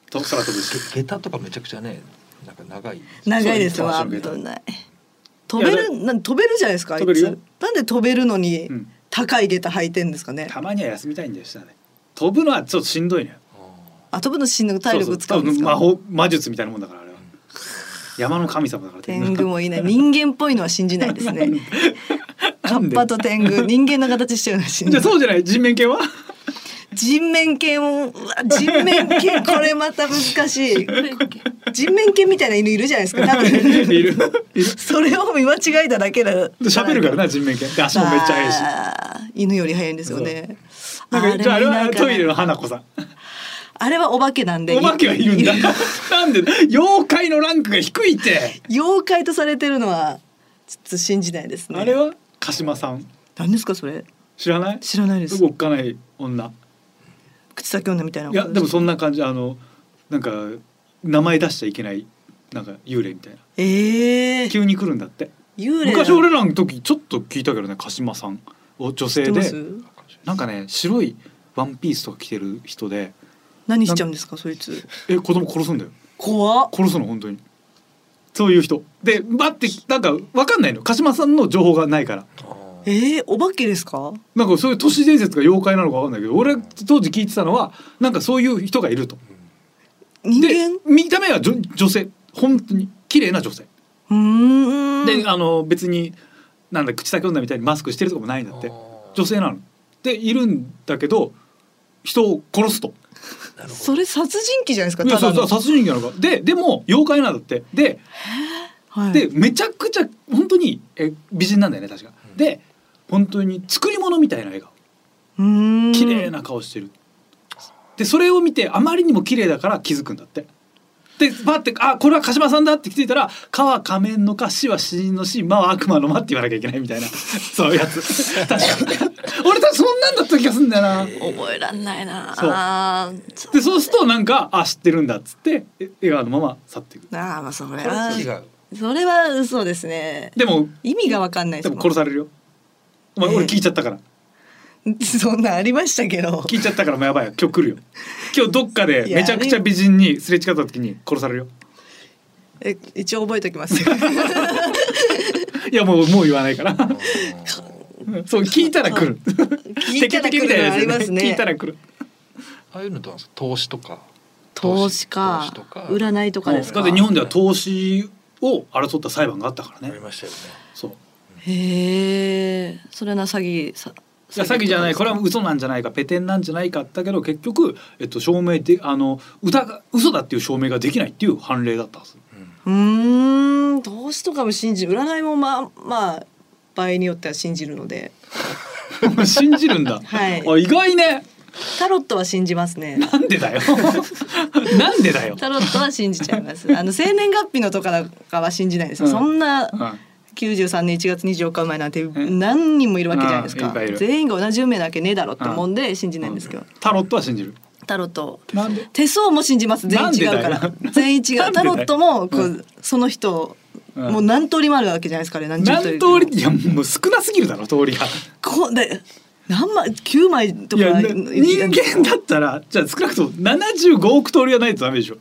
Speaker 1: と空飛ぶし
Speaker 3: 下駄とかめちゃくちゃねなんか長い
Speaker 2: 長いですわ。危ない。飛べるなん飛べるじゃないですか。あいつなんで飛べるのに高い下駄履いてんですかね。
Speaker 1: たまには休みたいんだよ下で。飛ぶのはちょっとしんどいのよ。
Speaker 2: あ飛ぶのしんどい体力使うんですか。
Speaker 1: 魔法魔術みたいなもんだからあれは。山の神様だから。
Speaker 2: 天狗もいない人間っぽいのは信じないですね。カッパと天狗人間の形してるのは信じない。
Speaker 1: じゃあそうじゃない人面犬は？
Speaker 2: 人面犬も人面犬これまた難しい。人面犬みたいな犬いるじゃないですか。多分いる。それを見間違えただけだ。
Speaker 1: 喋るからな人面犬。足もめっちゃ速いし。
Speaker 2: 犬より速いんですよね。
Speaker 1: なんかじゃああれはトイレの花子さん。
Speaker 2: あれはお化けなんで。
Speaker 1: お化けはいるんだ。なんで妖怪のランクが低いって。
Speaker 2: 妖怪とされてるのはちょっと信じないですね。
Speaker 1: あれは鹿島さん。
Speaker 2: 何ですかそれ。
Speaker 1: 知らない？
Speaker 2: 知らないです。
Speaker 1: おっかない女。口
Speaker 2: 先女みたいな。
Speaker 1: いやでもそんな感じあのなんか名前出しちゃいけないなんか幽霊みたいな。
Speaker 2: ええー。
Speaker 1: 急に来るんだって。
Speaker 2: 幽霊。
Speaker 1: 昔俺らの時ちょっと聞いたけどね鹿島さんを女性でなんかね白いワンピースとか着てる人で。
Speaker 2: 何しちゃうんですかそいつ。
Speaker 1: え子供殺すんだよ。
Speaker 2: 怖っ。
Speaker 1: 殺すの本当に。そういう人でバッてなんかわかんないの鹿島さんの情報がないから。
Speaker 2: えー、お化けですか。
Speaker 1: なんかそういう都市伝説が妖怪なのかわかんないけど俺当時聞いてたのはなんかそういう人がいると。
Speaker 2: 人間。
Speaker 1: 見た目は女女性本当に綺麗な女性。
Speaker 2: うーん
Speaker 1: であの別になんだ口先女みたいにマスクしてるとかもないんだって女性なの。でいるんだけど人を殺すと。
Speaker 2: それ殺人鬼じゃないですか。
Speaker 1: いやそうそう殺人鬼なのか。ででも妖怪なんだって。で、はい、でめちゃくちゃ本当にえ美人なんだよね確か。うん、で本当に作り物みたいな笑顔。うーん綺麗な顔してる。でそれを見てあまりにも綺麗だから気づくんだって。でパッてあこれは鹿島さんだって気づいたら「かは仮面のか死は死人の死魔は悪魔の魔」って言わなきゃいけないみたいなそういうやつ確か俺たちそんなんだった気がするんだよな。
Speaker 2: 覚えらんないな。
Speaker 1: そうでそうするとなんかあ知ってるんだっつって笑顔のまま去っていく。
Speaker 2: ああまあそれは違う。それは嘘ですね。
Speaker 1: でも
Speaker 2: 意味がわかんないですもん。
Speaker 1: でも殺されるよ。お前、えー、俺聞いちゃったから。
Speaker 2: そんなありましたけど。
Speaker 1: 聞いちゃったからもうやばいよ今日来るよ。今日どっかでめちゃくちゃ美人にすれ違った時に殺されるよ。
Speaker 2: え一応覚えておきます。
Speaker 1: いやもうもう言わないから。そう聞いたら来る。
Speaker 2: 聞いたら来るのありますね。
Speaker 1: 聞いたら来る。
Speaker 3: ああいうのどうなんですか投資とか。
Speaker 2: 投資か占いとかですか。
Speaker 1: だって日本では投資を争った裁判があったからね。
Speaker 3: ありましたよね。
Speaker 1: そう。
Speaker 2: へえ。それはな詐欺さ。
Speaker 1: いや詐欺じゃないこれは嘘なんじゃないかペテンなんじゃないかだけど結局、えっと、証明であの歌が嘘だっていう証明ができないっていう判例だったはず。
Speaker 2: うーん投資とかも信じる占いもまあまあ場合によっては信じるので
Speaker 1: 信じるんだ、
Speaker 2: はい、
Speaker 1: あ意外ね。
Speaker 2: タロットは信じますね。
Speaker 1: なんでだよなんでだよ。
Speaker 2: タロットは信じちゃいます。あの生年月日のとかは信じないですよ、うん、そんな、うんきゅうじゅうさんねんいちがつにじゅうよっか生まれなんて何人もいるわけじゃないですか。全員が同じ運命なわけねえだろって思うんで信じないんですけど。
Speaker 1: タロットは信じる。
Speaker 2: タロット手相も信じます。全員違うから全員違う。タロットもこう、うん、その人、うん、もう何通りもあるわけじゃないですかね。何十通り。
Speaker 1: 何通りいやもう少なすぎるだろ通りが。こ
Speaker 2: で何枚きゅうまいとか。いや
Speaker 1: 人間だったらじゃあ少なくともななじゅうごおく通りはないとダメでしょ。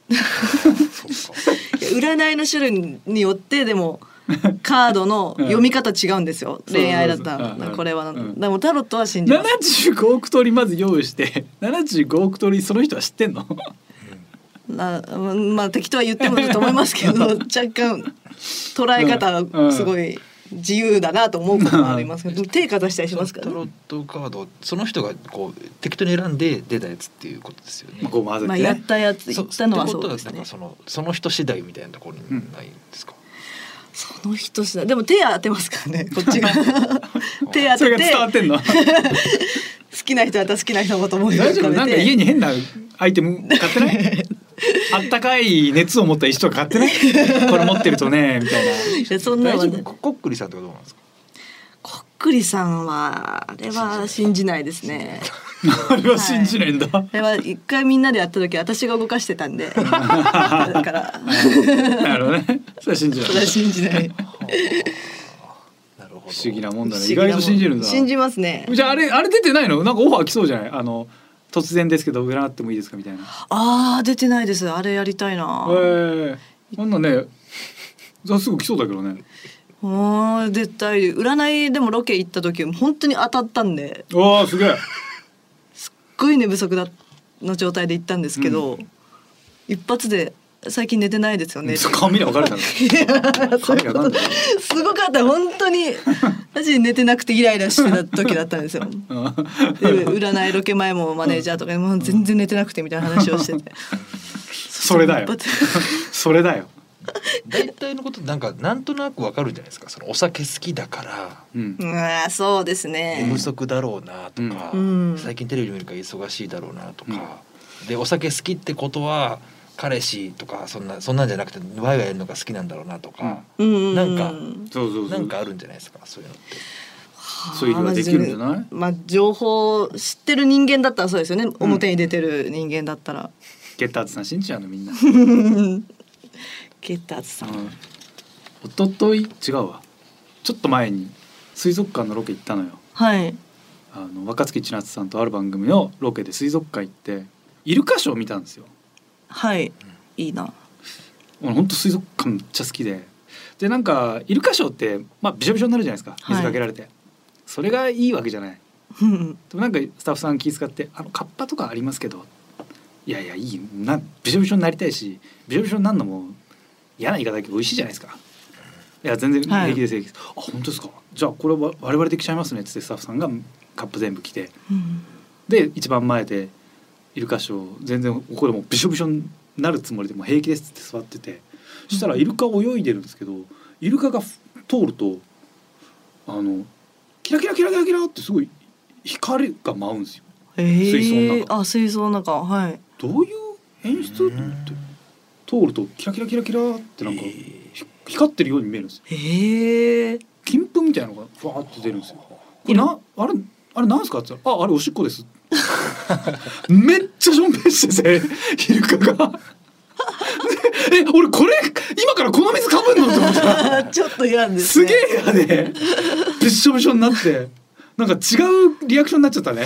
Speaker 2: 占いの種類によってでもカードの読み方違うんですよ、うん、恋愛だったらこれは、うん、でもタロットは信じます。
Speaker 1: ななじゅうごおく通りまず用意してななじゅうごおく通りその人は知ってんの
Speaker 2: なまあ適当は言ってもいいと思いますけど若干捉え方はすごい自由だなと思うこともありますけど、うん、手かざしたりしますから、ね、
Speaker 3: タロットカードその人がこう適当に選んで出たやつっていうことですよね。
Speaker 1: こう混ぜて、
Speaker 2: まあ、やったやつ言ったのはそうですね。
Speaker 3: そのその人次第みたいなところにないんですか、
Speaker 2: うん、その人次第でも手当てますからねこっちが手当てて
Speaker 1: それが伝わってんの
Speaker 2: 好きな人は好きな人のこと思い浮かべて。
Speaker 1: 大丈夫なんか家に変なアイテム買ってないあったかい熱を持った石とか買ってないこれ持ってるとねみたいな。
Speaker 2: いやそんなの、ね、
Speaker 3: コックリさんとかどうなんですか。
Speaker 2: コックリさんはあれは信じないですね
Speaker 1: あれは信じないんだ、はい、
Speaker 2: あれは一回みんなでやった時私が動かしてたんでだから
Speaker 1: なるほどねそれは信じない。
Speaker 2: それは信じない
Speaker 1: 不思議なもんだね。意外と信じるんだ。
Speaker 2: 信じますね。
Speaker 1: じゃああれあれ出てないの？なんかオファー来そうじゃない？あの突然ですけど占ってもいいですかみたいな。
Speaker 2: あー出てないです。あれやりたいな。
Speaker 1: えー、こんなねすぐ来そうだけどね。
Speaker 2: あ絶対占いでもロケ行った時本当に当たったんで、
Speaker 1: わーすげえ、
Speaker 2: すっごい寝不足だの状態で行ったんですけど、うん、一発で最近寝てないですよね。
Speaker 1: 顔見れば分かるだろ。
Speaker 2: すごかった本当に。私寝てなくてイライラしてた時だったんですよ。で占いロケ前もマネージャーとかにもう全然寝てなくてみたいな話をしてて。
Speaker 1: それだよ。それだよ。
Speaker 3: 大体のことなんかなんとなくわかるんじゃないですか。そのお酒好きだから、
Speaker 2: うん、あそうですね。
Speaker 3: 寝不足だろうなとか、うん、最近テレビ見るから忙しいだろうなとか、うん、でお酒好きってことは彼氏とかそんなそんなんじゃなくてワイワイやるのが好きなんだろうなとか、うん、なんかそうそうそうなんかあるんじゃないですかそういうのって。
Speaker 1: そういうのができるんじゃない？
Speaker 2: まあ情報知ってる人間だったらそうですよね、うん、表に出てる人間だったら。
Speaker 1: ゲッターズさん信じちゃうのみんな。
Speaker 2: ゲッターズさん、うん、
Speaker 1: 一昨日違うわちょっと前に水族館のロケ行ったのよ。
Speaker 2: はい
Speaker 1: あの若槻千夏さんとある番組のロケで水族館行ってイルカショー見たんですよ。
Speaker 2: はいいいな。
Speaker 1: 俺ほんと水族館めっちゃ好きででなんかイルカショーって、まあ、びしょびしょになるじゃないですか水かけられて、はい、それがいいわけじゃない。でもなんかスタッフさん気遣ってあのカッパとかありますけどいやいやいいなびしょびしょになりたいしびしょびしょになるのも嫌な言い方だけど美味しいじゃないですか。いや全然平気です、平気です。あ本当ですか。じゃあこれは我々できちゃいますねっつってスタッフさんがカップ全部来て、うん、で一番前でイルカショー全然これもうびしょびしょになるつもりでもう平気ですって座ってて、そしたらイルカ泳いでるんですけどイルカが通るとあのキラキラキラキラキラってすごい光が舞うんですよ、
Speaker 2: えー、水槽の中。あ水槽の中はい
Speaker 1: どういう演出って通るとキラキラキラキラってなんか光ってるように見えるんですよ。
Speaker 2: へえー。
Speaker 1: 金粉みたいなのがふわーって出るんですよ。これなあれあれなんすかって言ったらああれおしっこです。めっちゃしょんべんしててイルカがえ俺これ今からこの水かぶんのって思ったら
Speaker 2: ちょっと嫌なんですね。
Speaker 1: すげえ嫌でびっしょびしょになってなんか違うリアクションになっちゃったね。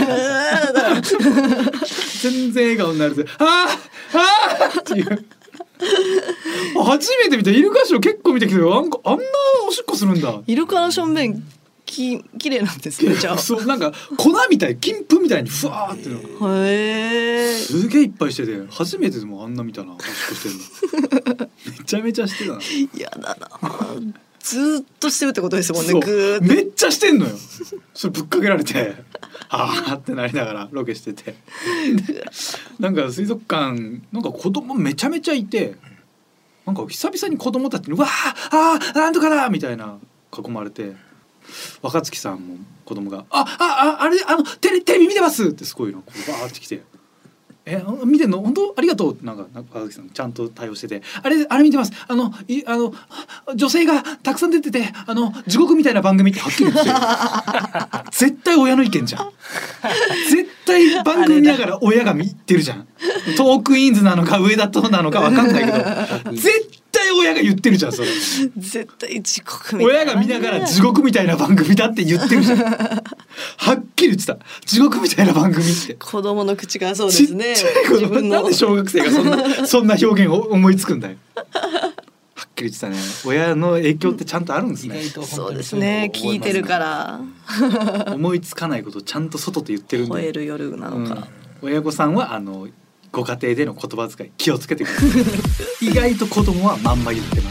Speaker 1: 全然笑顔になるぜあーあーっていう初めて見たイルカショー結構見てきたけどなんかあんなおしっこするんだ。
Speaker 2: イルカのしょんべんき綺麗なんですね。じゃあ
Speaker 1: そうなんか粉みたい金粉みたいにふわーっての
Speaker 2: へー
Speaker 1: すげえいっぱいしてて初めてでもあんな見たなおしっこしてるのめちゃめちゃしてたな。
Speaker 2: やだなずっとしてるってことですもんね。ぐ
Speaker 1: めっちゃしてんのよ。それぶっかけられてあーってなりながらロケしててなんか水族館なんか子供めちゃめちゃいてなんか久々に子供たちにわーあーなんとかだみたいな囲まれて若槻さんも子供がああああれあのテレテレビ見てますってすごいのこうバーってきてえ見てんの本当ありがとうってなんか若槻さんちゃんと対応しててあれあれ見てますあのいあの女性がたくさん出ててあの地獄みたいな番組ってはっきり言って絶対親の意見じゃん。絶対番組見ながら親が見てるじゃん。トークインズなのか上田となのか分かんないけど絶対親が言ってるじゃんそれ。
Speaker 2: 絶対地獄みたいな
Speaker 1: 親が見ながら地獄みたいな番組だって言ってるじゃん。はっきり言ってた地獄みたいな番組って
Speaker 2: 子供の口がそうですね。
Speaker 1: ちっちゃい子供なんで小学生がそんなそんな表現を思いつくんだよ。はっきり言ってたね。親の影響ってちゃんとあるんですね。
Speaker 2: そうですね聞いてるから
Speaker 1: 思いつかないことちゃんと外で言ってるんで
Speaker 2: 吠える夜なのか、
Speaker 1: うん、親御さんはあのご家庭での言葉遣い気をつけてください。意外と子供はまんま言ってます。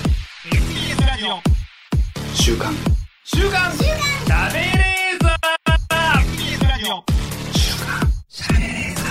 Speaker 1: 週刊週刊しゃべれーザー週刊しゃべれーザ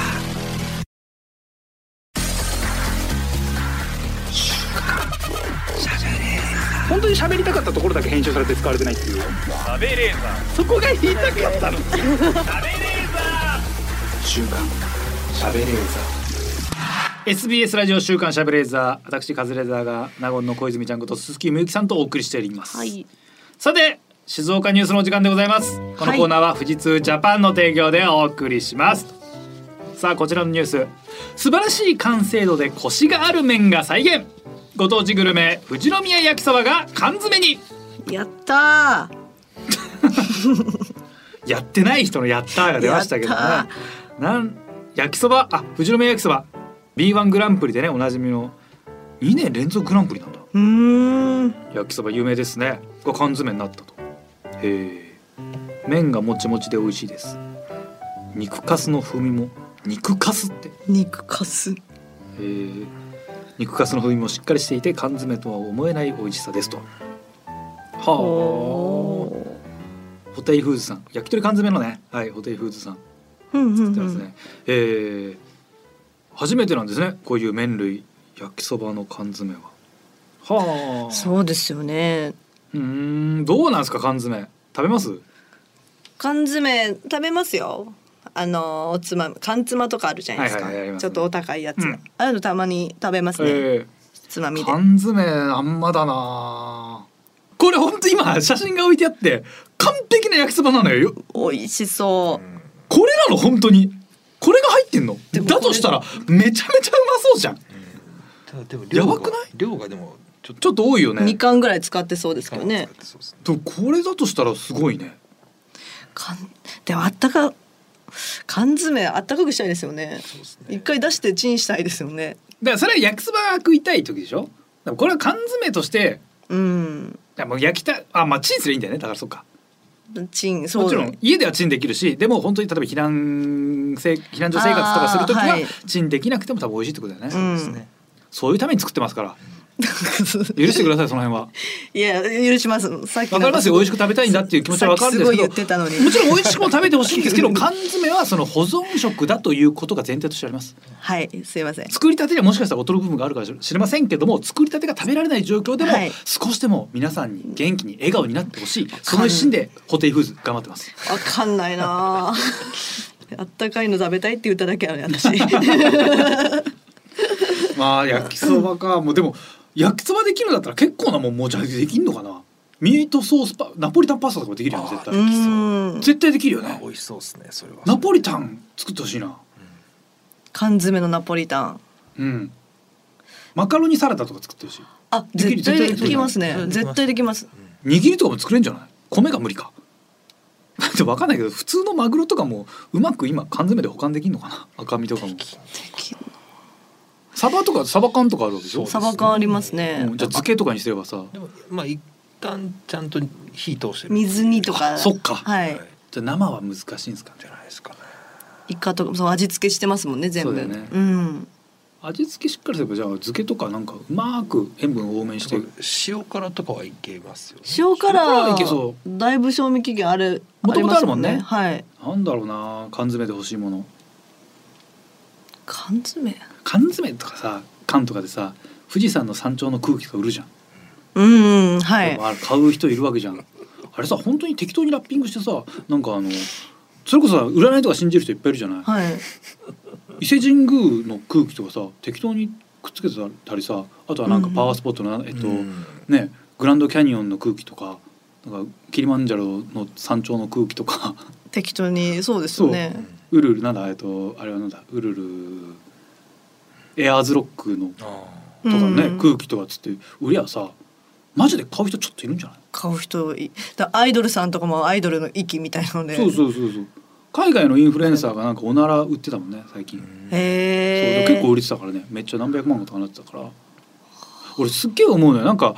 Speaker 1: ー週刊しゃべれーザー本当に喋りたかったところだけ編集されて使われてないっていうしゃべれーザーそこが言いたかったの。しゃべれーザー週刊しゃべれーザー エスビーエス ラジオ週刊しゃべれーザー私カズレーザーが納言の小泉ちゃんこと鈴木みゆきさんとお送りしております、はい、さて静岡ニュースの時間でございます。このコーナーは富士通ジャパンの提供でお送りします、はい、さあこちらのニュース素晴らしい完成度でコシがある麺が再現ご当地グルメ富士宮焼きそばが缶詰に
Speaker 2: やったー
Speaker 1: やってない人のやったーが出ましたけどね。なん焼きそば、あ、富士宮焼きそば ビーワン グランプリでねおなじみのにねん連続グランプリなんだ。
Speaker 2: うーん、
Speaker 1: 焼きそば有名ですね。が缶詰になったと。へえ。麺がもちもちで美味しいです。肉かすの風味も、肉かすって
Speaker 2: 肉かす、
Speaker 1: へえ。肉かすの風味もしっかりしていて缶詰とは思えない美味しさですと。はあ。ホテイフーズさん、焼き鳥缶詰のね、はい、ホテイフーズさん作ってますね。えー、初めてなんですね、こういう麺類、焼きそばの缶詰は。はあ。
Speaker 2: そうですよね。
Speaker 1: うーん、どうなんですか缶詰、食べます？
Speaker 2: 缶詰食べますよ。あのおつまみ缶つまとかあるじゃないですか、はいはいはい、ね、ちょっとお高いやつ、うん、ああいうのたまに食べますね、えー、つまみで。
Speaker 1: 缶詰あんまだな。これ本当今写真が置いてあって完璧な焼きそばなのよ。
Speaker 2: 美味しそう。
Speaker 1: これなの本当にこれが入ってんのだとしたらめちゃめちゃうまそうじゃん、うん、
Speaker 3: ただでも量がやばくない？量がでも
Speaker 1: ちょっと、ちょっと多いよね。
Speaker 2: にかんぐらい使ってそうですけどね。
Speaker 1: でもこれだとしたらすごいね。
Speaker 2: かんでもあったか缶詰あったかくしたいですよね。そうですね、一回出してチンしたいですよね。
Speaker 1: だからそれは焼きそば食いたい時でしょ。でもこれは缶詰として、
Speaker 2: うん、
Speaker 1: いやもう焼きたあまあチンすればいいんだよね。だからそっか。
Speaker 2: チン、そう
Speaker 1: もちろん家ではチンできるし、でも本当に例えば避難せ避難所生活とかする時は、はい、チンできなくても多分美味しいってことだよね。そうですね。そういうために作ってますから。許してくださいその辺は。いや
Speaker 2: 許します。さっき
Speaker 1: わかりますよ。美味しく食べたいんだっていう気持ちはわかるんですけど、
Speaker 2: 言ってたのに
Speaker 1: もちろん美味しくも食べてほしいんですけど缶詰はその保存食だということが前提としてあります。
Speaker 2: はい、すいません。
Speaker 1: 作りたてでもしかしたら劣る部分があるかもしれませんけども、作りたてが食べられない状況でも、はい、少しでも皆さんに元気に笑顔になってほしい、その一心でホテイフーズ頑張ってます。
Speaker 2: わかんないなあったかいの食べたいって言っただけなのに私
Speaker 1: まあ焼きそばか。もうでも焼きそばできるんだったら結構なもんもうじゃできんのかな。ミートソースパナポリタンパスタとかできるよね絶対。絶対できるよね。
Speaker 3: 美味しそうですねそれは。
Speaker 1: ナポリタン作ってほしいな、うん、
Speaker 2: 缶詰のナポリタン。
Speaker 1: うん。マカロニサラダとか作ってほしい。
Speaker 2: あ、絶対できますね。絶対できます。
Speaker 1: 握りとかも作れんじゃない？米が無理か。でも分かんないけど普通のマグロとかもうまく今缶詰で保管できるのかな。赤身とかも。サバとかサバ缶とかあるわけでしょ。
Speaker 2: サバ缶ありますね、
Speaker 1: うん、じゃあ漬けとかにすればさ。
Speaker 3: でもまあ一旦ちゃんと火通してる
Speaker 2: 水煮とか。
Speaker 1: そっか、
Speaker 2: はい、
Speaker 1: じゃあ生は難しいんですか。
Speaker 3: じゃないですかね。
Speaker 2: イカとかそう味付けしてますもんね全部。そうだよね、うん、
Speaker 1: 味付けしっかりすればじゃあ漬けとかなんかうまく塩分多めにして。
Speaker 3: 塩辛とかはいけますよね。
Speaker 2: 塩辛はいけそう。だいぶ賞味期限ある
Speaker 1: もともとあるもんね。
Speaker 2: はい。
Speaker 1: なんだろうな缶詰で欲しいもの。
Speaker 2: 缶詰
Speaker 1: 缶詰とかさ缶とかでさ富士山の山頂の空気とか売るじゃん。
Speaker 2: うん、はい。
Speaker 1: 買う人いるわけじゃん。あれさ本当に適当にラッピングしてさなんかあのそれこそ占いとか信じる人いっぱいいるじゃない。
Speaker 2: はい。
Speaker 1: 伊勢神宮の空気とかさ適当にくっつけてたりさ、あとはなんかパワースポットの、うん、えっと、うん、ねグランドキャニオンの空気とかなんかキリマンジャロの山頂の空気とか
Speaker 2: 適当にそうですよね。
Speaker 1: ウルルなんだえっとあれはなんだウルルエアーズロックのとかね、うん、空気とかっつって売りゃさマジで買う人ちょっといるんじゃない？
Speaker 2: 買う人いだアイドルさんとかもアイドルの域みたいなので。
Speaker 1: そうそうそうそう。海外のインフルエンサーがなんかおなら売ってたもんね最近。
Speaker 2: へ
Speaker 1: そう結構売れてたからね。めっちゃ何百万とかなってたから。俺すっげえ思うのよ。なんか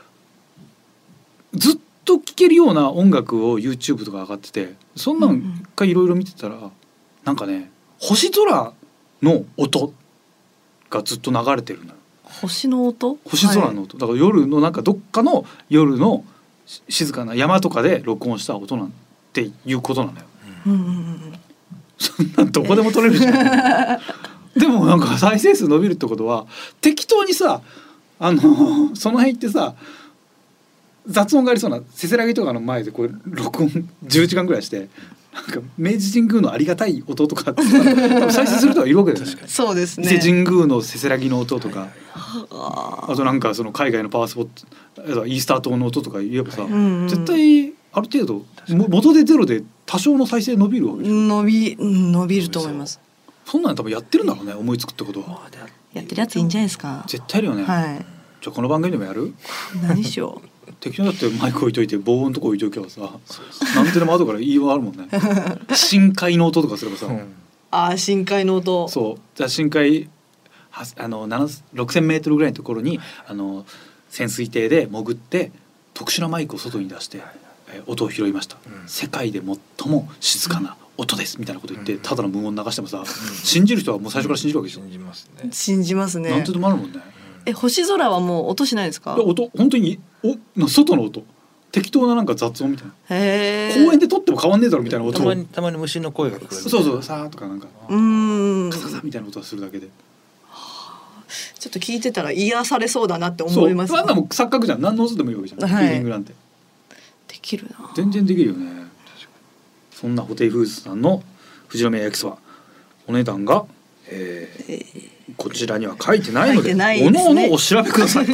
Speaker 1: ずっと聴けるような音楽を YouTube とか上がってて、そんなの一回いろいろ見てたら、うんうん、なんかね星空の音がずっと流れてるのよ。
Speaker 2: 星の音？
Speaker 1: 星空の音、はい、だから夜のなんかどっかの夜の静かな山とかで録音した音なんていうことなのよ。
Speaker 2: うんうんうん、
Speaker 1: そんなんどこでも撮れるじゃんでもなんか再生数伸びるってことは適当にさあのその辺行ってさ雑音がありそうなせせらぎとかの前でこう録音じゅうじかんぐらいしてなんか明治神宮のありがたい音とか再生する人がいるわけですよね。
Speaker 2: そうですね。
Speaker 1: 伊勢神宮のせせらぎの音とか、あとなんかその海外のパワースポットイースター島の音とか言えばさ、うんうん、絶対ある程度元でゼロで多少の再生伸びるわけでしょ。
Speaker 2: 伸び伸びると思います。
Speaker 1: そんなの多分やってるんだろうね思いつくってことは。
Speaker 2: やってるやついいんじゃないですか。
Speaker 1: 絶対あるよね。
Speaker 2: はい。
Speaker 1: じゃあこの番組でもやる？
Speaker 2: 何しよう。
Speaker 1: 適当だってマイク置いといて防音とか置いとけばさ、なんてでも後から言いようあるもんね。深海の音とかすればさ、うん、
Speaker 2: あー深海の音。
Speaker 1: そうじゃあ深海あのろくせんメートルぐらいのところにあの潜水艇で潜って特殊なマイクを外に出して、えー、音を拾いました、うん、世界で最も静かな音ですみたいなこと言って、うん、ただの無音流してもさ、うん、信じる人はもう最初から信じるわけでしょ。
Speaker 3: 信じますね。
Speaker 2: 信じますね。
Speaker 1: なんてでもあるもんね。
Speaker 2: え星空はもう音しないですか？
Speaker 1: 音本当にお外の音適当ななんか雑音みたいな。
Speaker 2: へ
Speaker 1: 公園で撮っても変わんねえだろみたいな音。
Speaker 3: たまにたまに虫の声が聞こえる。
Speaker 1: そうそうさーとかなんか
Speaker 2: うーん
Speaker 1: カサカサみたいな音がするだけで。
Speaker 2: ちょっと聞いてたら癒されそうだなって思います、ね。
Speaker 1: そうあんなも錯覚じゃん。何の音でもいいわけじゃん、はい、フィーリングなんて
Speaker 2: できるな。
Speaker 1: 全然できるよね。そんなホテイフーズさんの富士宮焼きそばお値段が、えーえー、こちらには書いてないのでおのおのお調べください。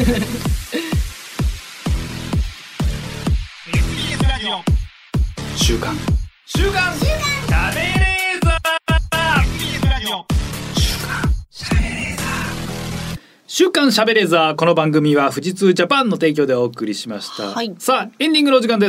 Speaker 1: 週刊週刊しゃべれーザー週刊しゃべれーザー。この番組は富士通ジャパンの提供でお送りしました、はい、さあエンディングの時間です。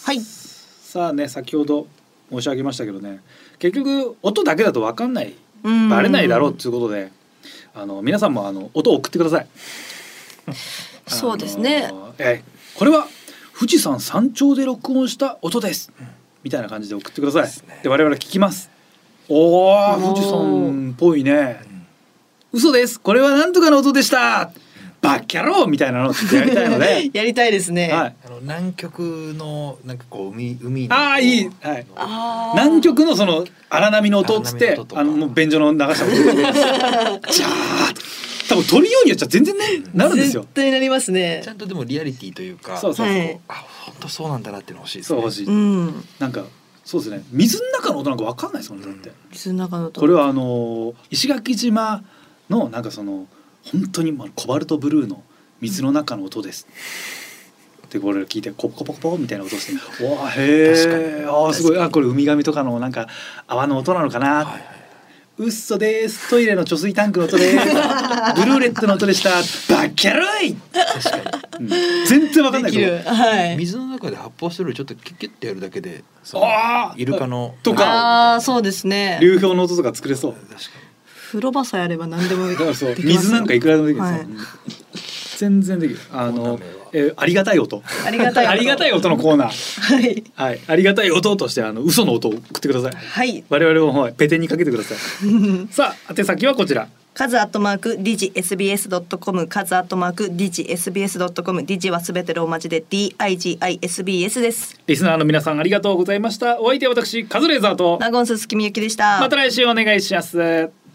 Speaker 2: はい。
Speaker 1: さあね先ほど申し上げましたけどね結局音だけだと分かんないバレないだろうということであの皆さんもあの音を送ってください。
Speaker 2: そうですね、
Speaker 1: えー、これは富士山山頂で録音した音です、うん、みたいな感じで送ってください。で、ね、我々聞きます。おー富士山っぽいね、うん、嘘ですこれはなんとかの音でしたバッキャローみたいなのってやりたいので
Speaker 2: やりたいですね、はい、
Speaker 3: あの南極のなんかこう海海
Speaker 1: のああいい、はい、あ南極のその荒波の音っつってあのもう便所の流した音でジャーッ多分鳥ようにやっちゃ全然、ね、なるんですよ。
Speaker 2: 絶対なりますね。
Speaker 3: ちゃんとでもリアリティというか
Speaker 1: そうそうそう、はい、
Speaker 3: あ本当そうなんだなっていうの欲しいですね。
Speaker 1: そう欲しい、
Speaker 2: うん、
Speaker 1: なんかそうですね水の中の音なんか分かんないですもんね、うん、だって
Speaker 2: 水の中の音
Speaker 1: これはあの石垣島のなんかその本当にコバルトブルーの水の中の音です、うん、でこれ聞いてコポコポコポみたいな音してわあへえあすごいあこれウミガメとかのなんか泡の音なのかな、はいはい、うっそですトイレの貯水タンクの音ですブルーレットの音でしたバッキャロイ確かに、うん、全然わかんないけど、
Speaker 2: はい、
Speaker 3: 水の中で発泡スチロールちょっとキュッキュッてやるだけであイルカの
Speaker 1: とか
Speaker 2: あそうですね
Speaker 1: 流氷の音とか作れそう。確かに
Speaker 2: 風呂場さえあれば何でもできますよ。
Speaker 1: 水なんかいくらでもできる、はい、全然できる。あの、えー、ありがたい音
Speaker 2: ありがたい音
Speaker 1: ありがたい音のコーナーはい、はい、ありがたい音としてあの嘘の音を送ってください。
Speaker 2: はい
Speaker 1: 我々もペテンにかけてくださいさあ宛先はこちら
Speaker 2: カズアットマークディジ エスビーエスドットコムカズアットマークディジ エスビーエスドットコムディジはすべてローマ字で ディーアイジーアイエスビーエス です。
Speaker 1: リスナーの皆さんありがとうございました。お相手は私カズレーザーと
Speaker 2: ナゴンススキミユキでした。
Speaker 1: また来週お願いします。